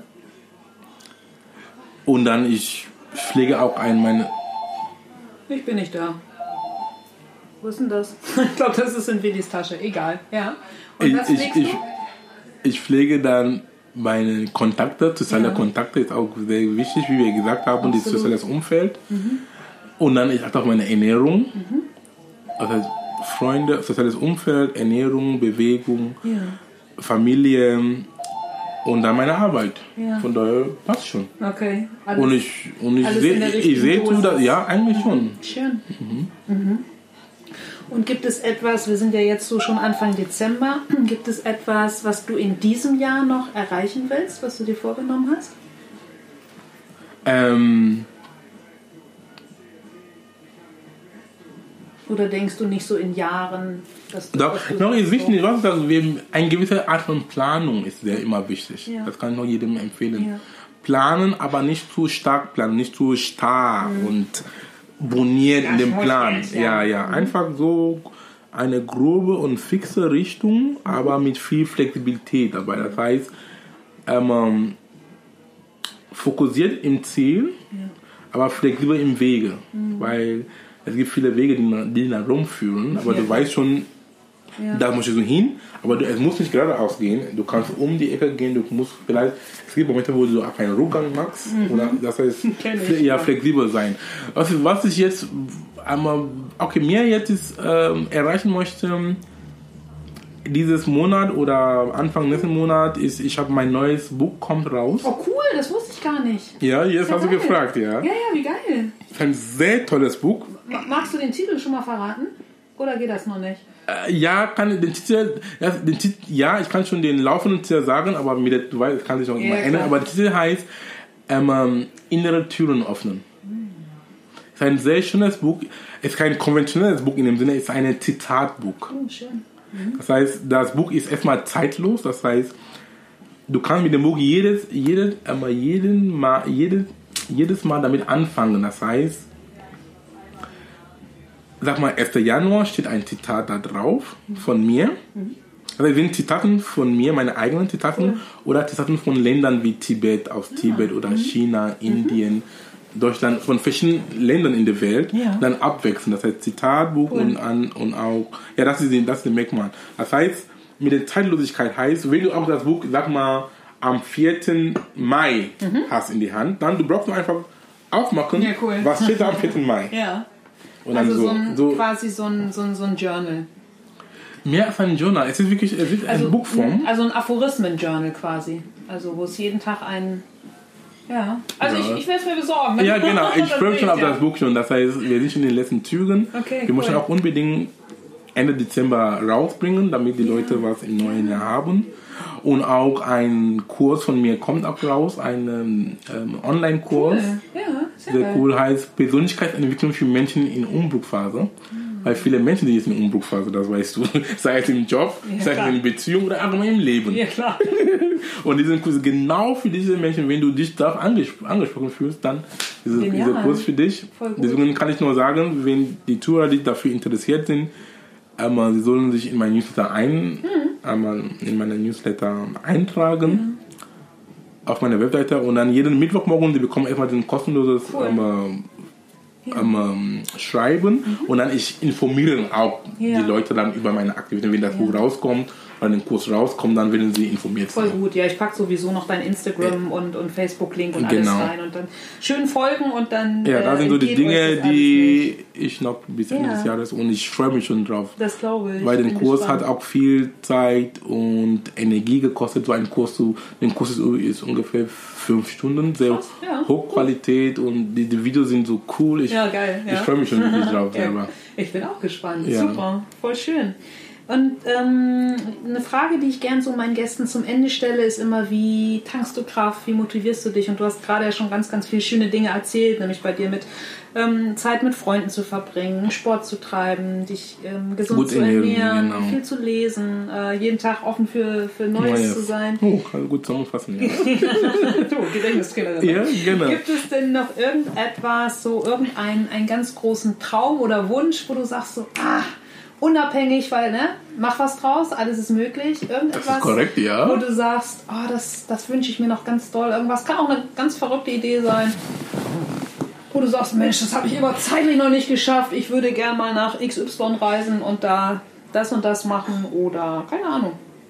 S2: Und dann ich pflege auch ein meine...
S1: Ich bin nicht da. Wo ist denn das? Ich glaube, das ist in Willis Tasche. Egal. Ja. Und
S2: Ich,
S1: was
S2: ich,
S1: pflegst
S2: ich,
S1: du?
S2: ich pflege dann meine Kontakte, soziale
S1: Ja.
S2: Kontakte ist auch sehr wichtig, wie wir gesagt haben, das
S1: Absolut.
S2: soziale Umfeld. Und dann ich achte auf meine Ernährung, das heißt Freunde, soziales Umfeld, Ernährung, Bewegung,
S1: Ja.
S2: Familie und dann meine Arbeit.
S1: Ja.
S2: Von daher passt schon.
S1: Okay. Alles
S2: Und ich, und ich
S1: alles in
S2: sehe
S1: der
S2: ich
S1: richtigen
S2: sehe zu,
S1: Dosis.
S2: dass, ja, eigentlich schon.
S1: schön. Mhm. Und gibt es etwas, wir sind ja jetzt so schon Anfang Dezember, gibt es etwas, was du in diesem Jahr noch erreichen willst, was du dir vorgenommen hast?
S2: Ähm,
S1: Oder denkst du nicht so in Jahren, dass du...
S2: Doch,
S1: dass du
S2: noch ist
S1: so-
S2: wichtig, was, dass wir, eine gewisse Art von Planung ist sehr immer wichtig.
S1: Ja.
S2: Das kann ich noch jedem empfehlen.
S1: Ja.
S2: Planen, aber nicht zu stark planen, nicht zu starr und boniert
S1: Ja,
S2: in dem
S1: schmolzend,
S2: Plan.
S1: ja.
S2: Ja, ja,
S1: Mhm.
S2: einfach so eine grobe und fixe Richtung, aber mit viel Flexibilität dabei. Das heißt, ähm, fokussiert im Ziel, ja. aber flexibel im Wege. Mhm. Weil es gibt viele Wege, die, die nach Rom führen, aber ja. du weißt schon, ja. da musst du hin, aber du, es muss nicht geradeaus gehen. Du kannst um die Ecke gehen, du musst vielleicht, es gibt Momente, wo du auch einen Rückgang machst, mhm. oder das heißt, ich, ja, flexibel sein. Was, was ich jetzt einmal, okay, mir jetzt ist, ähm, erreichen möchte, dieses Monat oder Anfang nächsten Monat ist, ich habe mein neues Buch kommt raus.
S1: Oh cool, das wusste ich gar nicht.
S2: Ja, jetzt hast du gefragt, ja.
S1: Ja, ja, wie geil.
S2: Das ist ein sehr tolles Buch.
S1: Magst du den Titel schon mal verraten? Oder geht das noch nicht?
S2: Äh, ja, kann den Titel, ja, den Titel, ja, ich kann schon den laufenden Titel sagen, aber mit der, du weißt, kann sich auch immer ja, ändern. Aber der Titel heißt ähm, Innere Türen öffnen. Mhm. Es ist ein sehr schönes Buch. Es ist kein konventionelles Buch in dem Sinne, es ist ein Zitatbuch.
S1: Oh, schön. Mhm.
S2: Das heißt, das Buch ist erstmal zeitlos. Das heißt, du kannst mit dem Buch jedes, jedes, aber jeden Mal, jedes, jedes Mal damit anfangen. Das heißt, sag mal, erster Januar steht ein Zitat da drauf von mir. Mhm. Also es sind Zitaten von mir, meine eigenen Zitaten, cool. oder Zitaten von Ländern wie Tibet, aus ja. Tibet oder mhm. China, Indien, mhm. Deutschland, von verschiedenen Ländern in der Welt, ja. dann abwechseln. Das heißt Zitatbuch cool. und, an, und auch, ja, das ist, das ist der Merkmal. Das heißt, mit der Zeitlosigkeit heißt, wenn du auch das Buch, sag mal, am vierten Mai mhm. hast in die Hand, dann du brauchst nur einfach aufmachen, ja, cool. was steht da am vierten Mai.
S1: Ja.
S2: Und
S1: also
S2: dann so,
S1: so, ein,
S2: so
S1: quasi so ein, so, ein, so ein Journal.
S2: Mehr als ein Journal. Es ist wirklich es ist
S1: also,
S2: eine Buchform.
S1: Also ein Aphorismen-Journal quasi. Also wo es jeden Tag ein... Ja. Also ja. ich, ich werde es mir besorgen.
S2: Ja, genau. Ich freue mich schon auf ja. das Buch schon. Das heißt, wir sind schon in den letzten Zügen.
S1: Okay,
S2: wir
S1: cool.
S2: müssen auch unbedingt Ende Dezember rausbringen, damit die ja. Leute was im neuen Jahr haben. Und auch ein Kurs von mir kommt auch raus, ein ähm, Online-Kurs.
S1: Cool. Ja, sehr,
S2: sehr
S1: geil.
S2: cool, heißt Persönlichkeitsentwicklung für Menschen in Umbruchphase. Mhm. Weil viele Menschen, die jetzt in Umbruchphase, das weißt du, sei es im Job, ja, sei es in Beziehung oder einfach im Leben.
S1: Ja, klar.
S2: Und diesen Kurs genau für diese Menschen, wenn du dich da angespro- angesprochen fühlst, dann ist dieser Kurs für dich. Deswegen kann ich nur sagen, wenn die Tourer, die dafür interessiert sind, einmal, sie sollen sich in mein Newsletter ein, mhm. einmal in meine Newsletter eintragen, mhm. auf meiner Webseite, und dann jeden Mittwochmorgen, die bekommen erstmal ein kostenloses cool. ähm, ja. ähm, Schreiben, mhm. und dann ich informiere auch ja. die Leute dann über meine Aktivitäten, wenn das ja. Buch rauskommt oder den Kurs rauskommt, dann werden sie informiert
S1: sein.
S2: Voll
S1: gut, ja, ich packe sowieso noch dein Instagram ja. und, und Facebook-Link und
S2: genau.
S1: alles rein und dann schön folgen und dann
S2: ja, das
S1: äh,
S2: sind so die Dinge, die ich noch bis Ende ja. des Jahres, und ich freue mich schon drauf.
S1: Das glaube ich.
S2: Weil der Kurs gespannt. hat auch viel Zeit und Energie gekostet. So ein Kurs, so, den Kurs ist, ist ungefähr fünf Stunden, sehr Krass, ja. Hochqualität, und die, die Videos sind so cool. Ich,
S1: ja, geil. Ja.
S2: Ich freue mich schon wirklich drauf
S1: ja.
S2: selber.
S1: Ich bin auch gespannt.
S2: Ja.
S1: Super, voll schön. Und ähm, eine Frage, die ich gern so meinen Gästen zum Ende stelle, ist immer, wie tankst du Kraft, wie motivierst du dich? Und du hast gerade ja schon ganz, ganz viele schöne Dinge erzählt, nämlich bei dir mit ähm, Zeit mit Freunden zu verbringen, Sport zu treiben, dich ähm, gesund gut zu ernähren, genau. viel zu lesen, äh, jeden Tag offen für, für Neues ja, ja. zu sein.
S2: Oh, kann ich gut zusammenfassen. Ja.
S1: Du, Gedächtniskillerin.
S2: Ja, genau.
S1: Gibt es denn noch irgendetwas, so irgendeinen einen ganz großen Traum oder Wunsch, wo du sagst so, ah, unabhängig, weil, ne, mach was draus, alles ist möglich. Irgendetwas,
S2: das ist korrekt, ja.
S1: Wo du sagst, oh, das, das wünsche ich mir noch ganz doll. Irgendwas kann auch eine ganz verrückte Idee sein. Wo du sagst, Mensch, das habe ich immer zeitlich noch nicht geschafft. Ich würde gerne mal nach X Y reisen und da das und das machen oder keine Ahnung.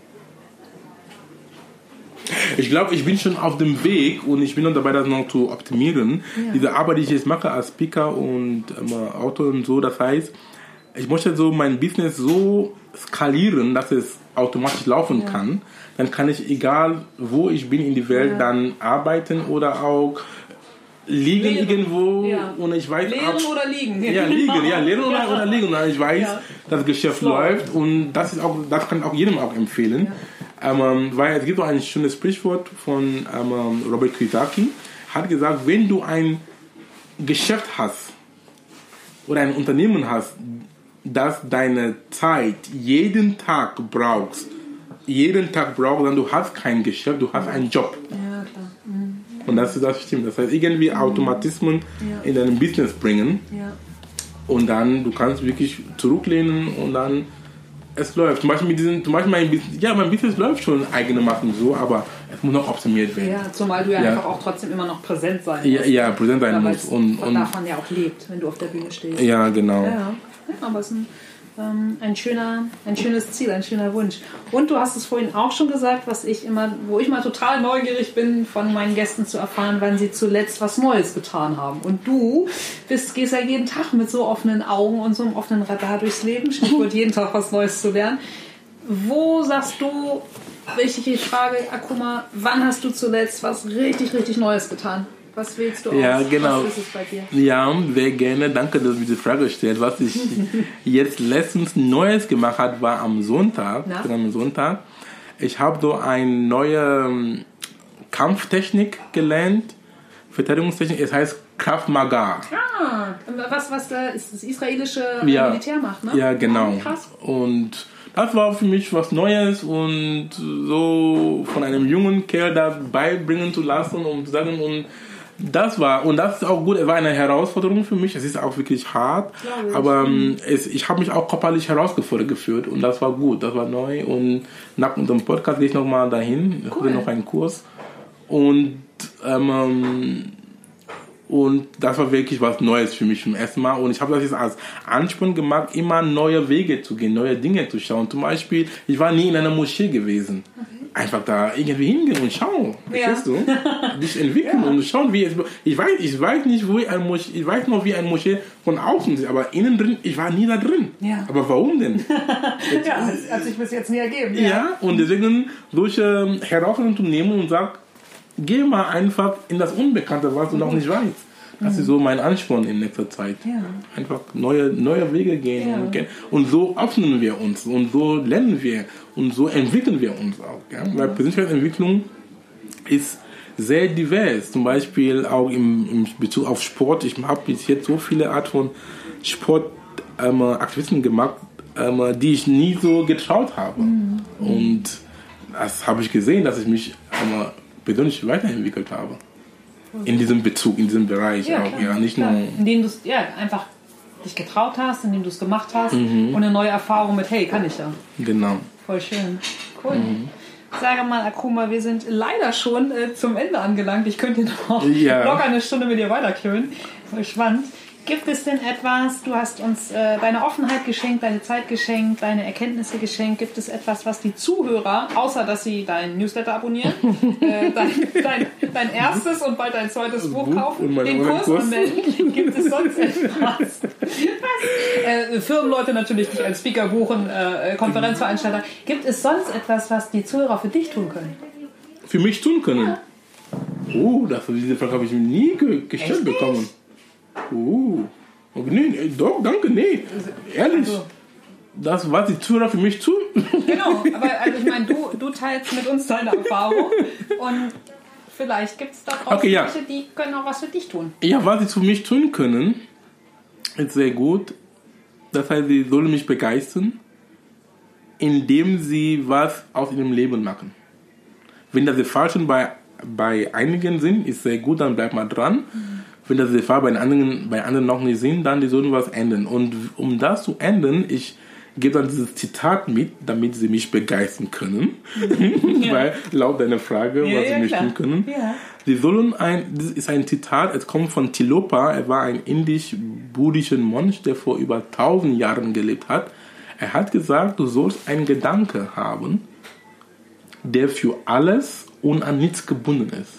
S2: Ich glaube, ich bin schon auf dem Weg und ich bin noch dabei, das noch zu optimieren. Ja. Diese Arbeit, die ich jetzt mache als Speaker und ähm, Autor und so, das heißt, ich möchte so mein Business so skalieren, dass es automatisch laufen ja. kann. Dann kann ich, egal wo ich bin in die Welt, ja. dann arbeiten oder auch liegen lehren. irgendwo ja. und ich weiß...
S1: Lehren ab, oder liegen.
S2: Ja, liegen, ja, lehren ja. Oder, oder liegen. Und ich weiß, ja. das Geschäft Slow. läuft, und das ist auch, das kann ich auch jedem auch empfehlen. Ja. Ähm, weil es gibt auch ein schönes Sprichwort von ähm, Robert Kiyosaki, hat gesagt, wenn du ein Geschäft hast oder ein Unternehmen hast, dass deine Zeit jeden Tag brauchst, jeden Tag brauchst, dann du hast kein Geschäft, du hast einen Job.
S1: Ja, klar. Mhm.
S2: Und das ist das stimmt. Das heißt, irgendwie Automatismen ja. in deinem Business bringen.
S1: Ja.
S2: Und dann, du kannst wirklich zurücklehnen und dann, es läuft. Zum Beispiel mit diesen, zum Beispiel mein Business, ja, mein Business läuft schon einigermaßen so, aber es muss noch optimiert werden.
S1: Ja, zumal du ja, ja einfach auch trotzdem immer noch präsent sein musst.
S2: Ja, ja präsent sein musst.
S1: Und, und davon ja auch lebt, wenn du auf der Bühne stehst.
S2: Ja, genau.
S1: Ja, ja. Ja, aber es ist ein, ähm, ein, schöner, ein schönes Ziel, ein schöner Wunsch. Und du hast es vorhin auch schon gesagt, was ich immer, wo ich mal total neugierig bin, von meinen Gästen zu erfahren, wann sie zuletzt was Neues getan haben. Und du bist, gehst ja jeden Tag mit so offenen Augen und so einem offenen Radar durchs Leben. Stichwort jeden Tag was Neues zu lernen. Wo sagst du, richtig die Frage, Akuma, wann hast du zuletzt was richtig, richtig Neues getan? Was wählst du aus?
S2: Ja, genau.
S1: Was ist es bei dir?
S2: Ja, sehr gerne. Danke, dass du diese Frage stellst. Was ich jetzt letztens Neues gemacht habe, war am Sonntag. Am Sonntag. Ich habe so eine neue Kampftechnik gelernt. Verteidigungstechnik. Es heißt Krav Maga.
S1: Ah, was, was da ist das israelische
S2: ja.
S1: Militär macht, ne?
S2: Ja, genau.
S1: Oh, krass.
S2: Und das war für mich was Neues und so von einem jungen Kerl da beibringen zu lassen und zu sagen, und das war, und das ist auch gut, es war eine Herausforderung für mich, es ist auch wirklich hart, aber ähm, es, ich habe mich auch körperlich herausgefordert gefühlt und das war gut, das war neu und nach unserem Podcast gehe ich nochmal dahin, ich
S1: cool.
S2: habe noch einen Kurs und ähm, und das war wirklich was Neues für mich zum ersten Mal und ich habe das jetzt als Ansporn gemacht, immer neue Wege zu gehen, neue Dinge zu schauen. Zum Beispiel, ich war nie in einer Moschee gewesen. Okay. Einfach da irgendwie hingehen und schauen, verstehst ja. du? Dich entwickeln ja. und schauen, wie es. Ich weiß, ich weiß nicht, wo ein Moschee, ich weiß noch, wie ein Moschee von außen ist, aber innen drin, ich war nie da drin.
S1: Ja.
S2: Aber warum denn?
S1: ja, hat, hat sich bis jetzt nie ergeben.
S2: Ja, ja und deswegen solche Herausforderungen zu nehmen und sagen, geh mal einfach in das Unbekannte, was du mhm. noch nicht weißt. Das mhm. ist so mein Ansporn in letzter Zeit. Ja. Einfach neue, neue Wege gehen. Ja. Und, und so öffnen wir uns und so lernen wir und so entwickeln wir uns auch. Ja? Mhm. Weil Persönlichkeitsentwicklung ist sehr divers. Zum Beispiel auch im, im Bezug auf Sport. Ich habe bis jetzt so viele Art von Sportaktivitäten ähm, gemacht, ähm, die ich nie so getraut habe. Mhm. Und das habe ich gesehen, dass ich mich ähm, persönlich weiterentwickelt habe. In diesem Bezug, in diesem Bereich ja, auch. Ja, nicht
S1: klar.
S2: nur
S1: indem du ja, einfach dich getraut hast, indem du es gemacht hast mhm. und eine neue Erfahrung mit, hey, kann ich ja.
S2: Genau.
S1: Voll schön. Cool. Mhm. Sage mal, Akuma, wir sind leider schon äh, zum Ende angelangt. Ich könnte noch ja. locker eine Stunde mit dir weiterklönen. Voll spannend. Gibt es denn etwas, du hast uns äh, deine Offenheit geschenkt, deine Zeit geschenkt, deine Erkenntnisse geschenkt, gibt es etwas, was die Zuhörer, außer dass sie deinen Newsletter abonnieren, äh, dein, dein, dein erstes und bald dein zweites Buch kaufen, den Kurs anmelden, gibt es sonst etwas? äh, Firmenleute natürlich nicht als Speaker buchen, äh, Konferenzveranstalter. Gibt es sonst etwas, was die Zuhörer für dich tun können?
S2: Für mich tun können? Ja. Oh, das, diese Frage habe ich mir nie ge- gestellt Echt bekommen. Nicht? Uh, okay, nee, doch, danke, nee. Ehrlich, also, das, was die Zuhörer für mich tun.
S1: Genau, aber also ich meine, du, du teilst mit uns deine Erfahrung und vielleicht gibt es da draußen
S2: okay, ja.
S1: welche, die können auch was für dich tun.
S2: Ja, was sie für mich tun können, ist sehr gut. Das heißt, sie sollen mich begeistern, indem sie was aus ihrem Leben machen. Wenn das der Fall schon bei, bei einigen sind, ist sehr gut, dann bleib mal dran. Mhm. Wenn das der Fall bei anderen, bei anderen noch nicht sind, dann die sollen was ändern. Und um das zu ändern, ich gebe dann dieses Zitat mit, damit sie mich begeistern können. Ja. Weil laut deiner Frage, ja, was ja, sie mich tun können. Ja. Sie sollen ein, das ist ein Zitat, es kommt von Tilopa, er war ein indisch-buddhischer Mönch, der vor über tausend Jahren gelebt hat. Er hat gesagt, du sollst einen Gedanke haben, der für alles und an nichts gebunden ist.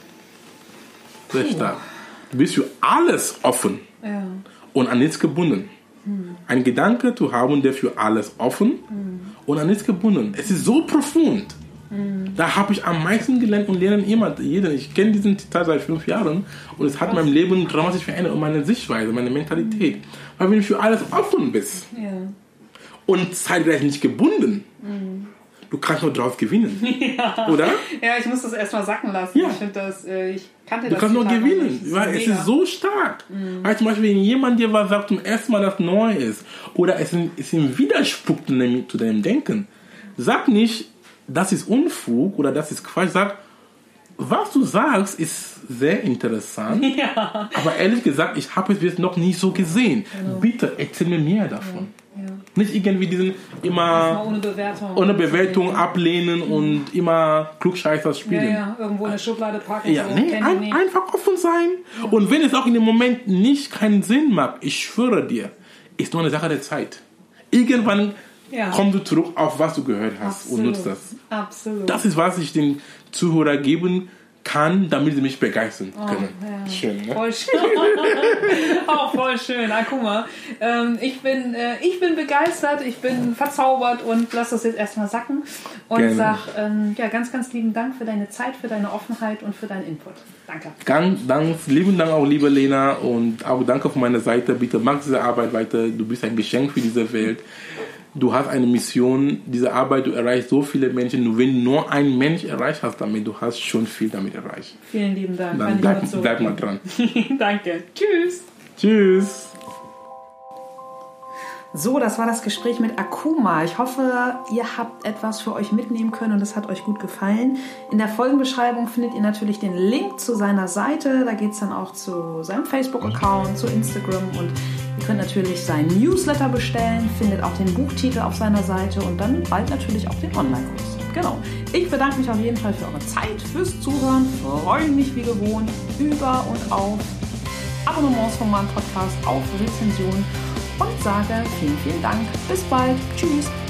S2: Sehr stark. Du bist für alles offen ja. und an nichts gebunden. Hm. Ein Gedanke zu haben, der für alles offen hm. und an nichts gebunden. Es ist so profund. Hm. Da habe ich am meisten gelernt und lerne immer. Jeder. Ich kenne diesen Zitat seit fünf Jahren und es hat Krass. mein Leben dramatisch verändert und meine Sichtweise, meine Mentalität. Hm. Weil wenn du für alles offen bist ja. und zeitgleich nicht gebunden, hm. du kannst nur draus gewinnen. Ja. Oder?
S1: Ja, ich muss das erstmal sacken lassen. Ja. Ich finde das, ich kannte
S2: du
S1: das.
S2: Du kannst nur gewinnen, weil es ist so stark. Mhm. Weil zum Beispiel, wenn jemand dir was sagt, zum ersten Mal das neu ist, oder es ist im Widerspruch zu deinem Denken, sag nicht, das ist Unfug oder das ist Quatsch. Sag, was du sagst, ist sehr interessant.
S1: Ja.
S2: Aber ehrlich gesagt, ich habe es jetzt noch nicht so gesehen. Genau. Bitte erzähl mir mehr davon. Ja. Ja. Nicht irgendwie diesen immer
S1: ohne Bewertung,
S2: ohne Bewertung ablehnen mhm. und immer Klugscheißer spielen.
S1: Ja, ja, irgendwo eine Schublade packen.
S2: Ja, so, nee, ein, nicht. Einfach offen sein. Ja. Und wenn es auch in dem Moment nicht keinen Sinn macht, ich schwöre dir, ist nur eine Sache der Zeit. Irgendwann ja. kommst du zurück auf was du gehört hast. Absolut. Und nutzt das.
S1: Absolut.
S2: Das ist, was ich den Zuhörer geben kann, damit sie mich begeistern können. Oh, ja. Schön, ne?
S1: Voll schön. Auch voll schön. Ah, guck mal. Ähm, ich, bin, äh, ich bin begeistert, ich bin verzaubert und lass das jetzt erstmal sacken und Gerne. sag ähm, ja, ganz, ganz lieben Dank für deine Zeit, für deine Offenheit und für deinen Input. Danke.
S2: Ganz, ganz lieben Dank auch, liebe Lena, und auch danke von meiner Seite. Bitte mach diese Arbeit weiter. Du bist ein Geschenk für diese Welt. Du hast eine Mission, diese Arbeit, du erreichst so viele Menschen. Nur wenn du nur einen Mensch erreicht hast damit, du hast schon viel damit erreicht.
S1: Vielen lieben Dank.
S2: Dann bleib, bleib mal dran.
S1: Danke. Tschüss.
S2: Tschüss.
S1: So, das war das Gespräch mit Akuma. Ich hoffe, ihr habt etwas für euch mitnehmen können und es hat euch gut gefallen. In der Folgenbeschreibung findet ihr natürlich den Link zu seiner Seite. Da geht es dann auch zu seinem Facebook-Account, zu Instagram, und ihr könnt natürlich seinen Newsletter bestellen, findet auch den Buchtitel auf seiner Seite und dann bald natürlich auch den Online-Kurs. Genau. Ich bedanke mich auf jeden Fall für eure Zeit, fürs Zuhören, freue mich wie gewohnt über und auf Abonnements von meinem Podcast, auf Rezensionen und sage vielen, vielen Dank. Bis bald. Tschüss.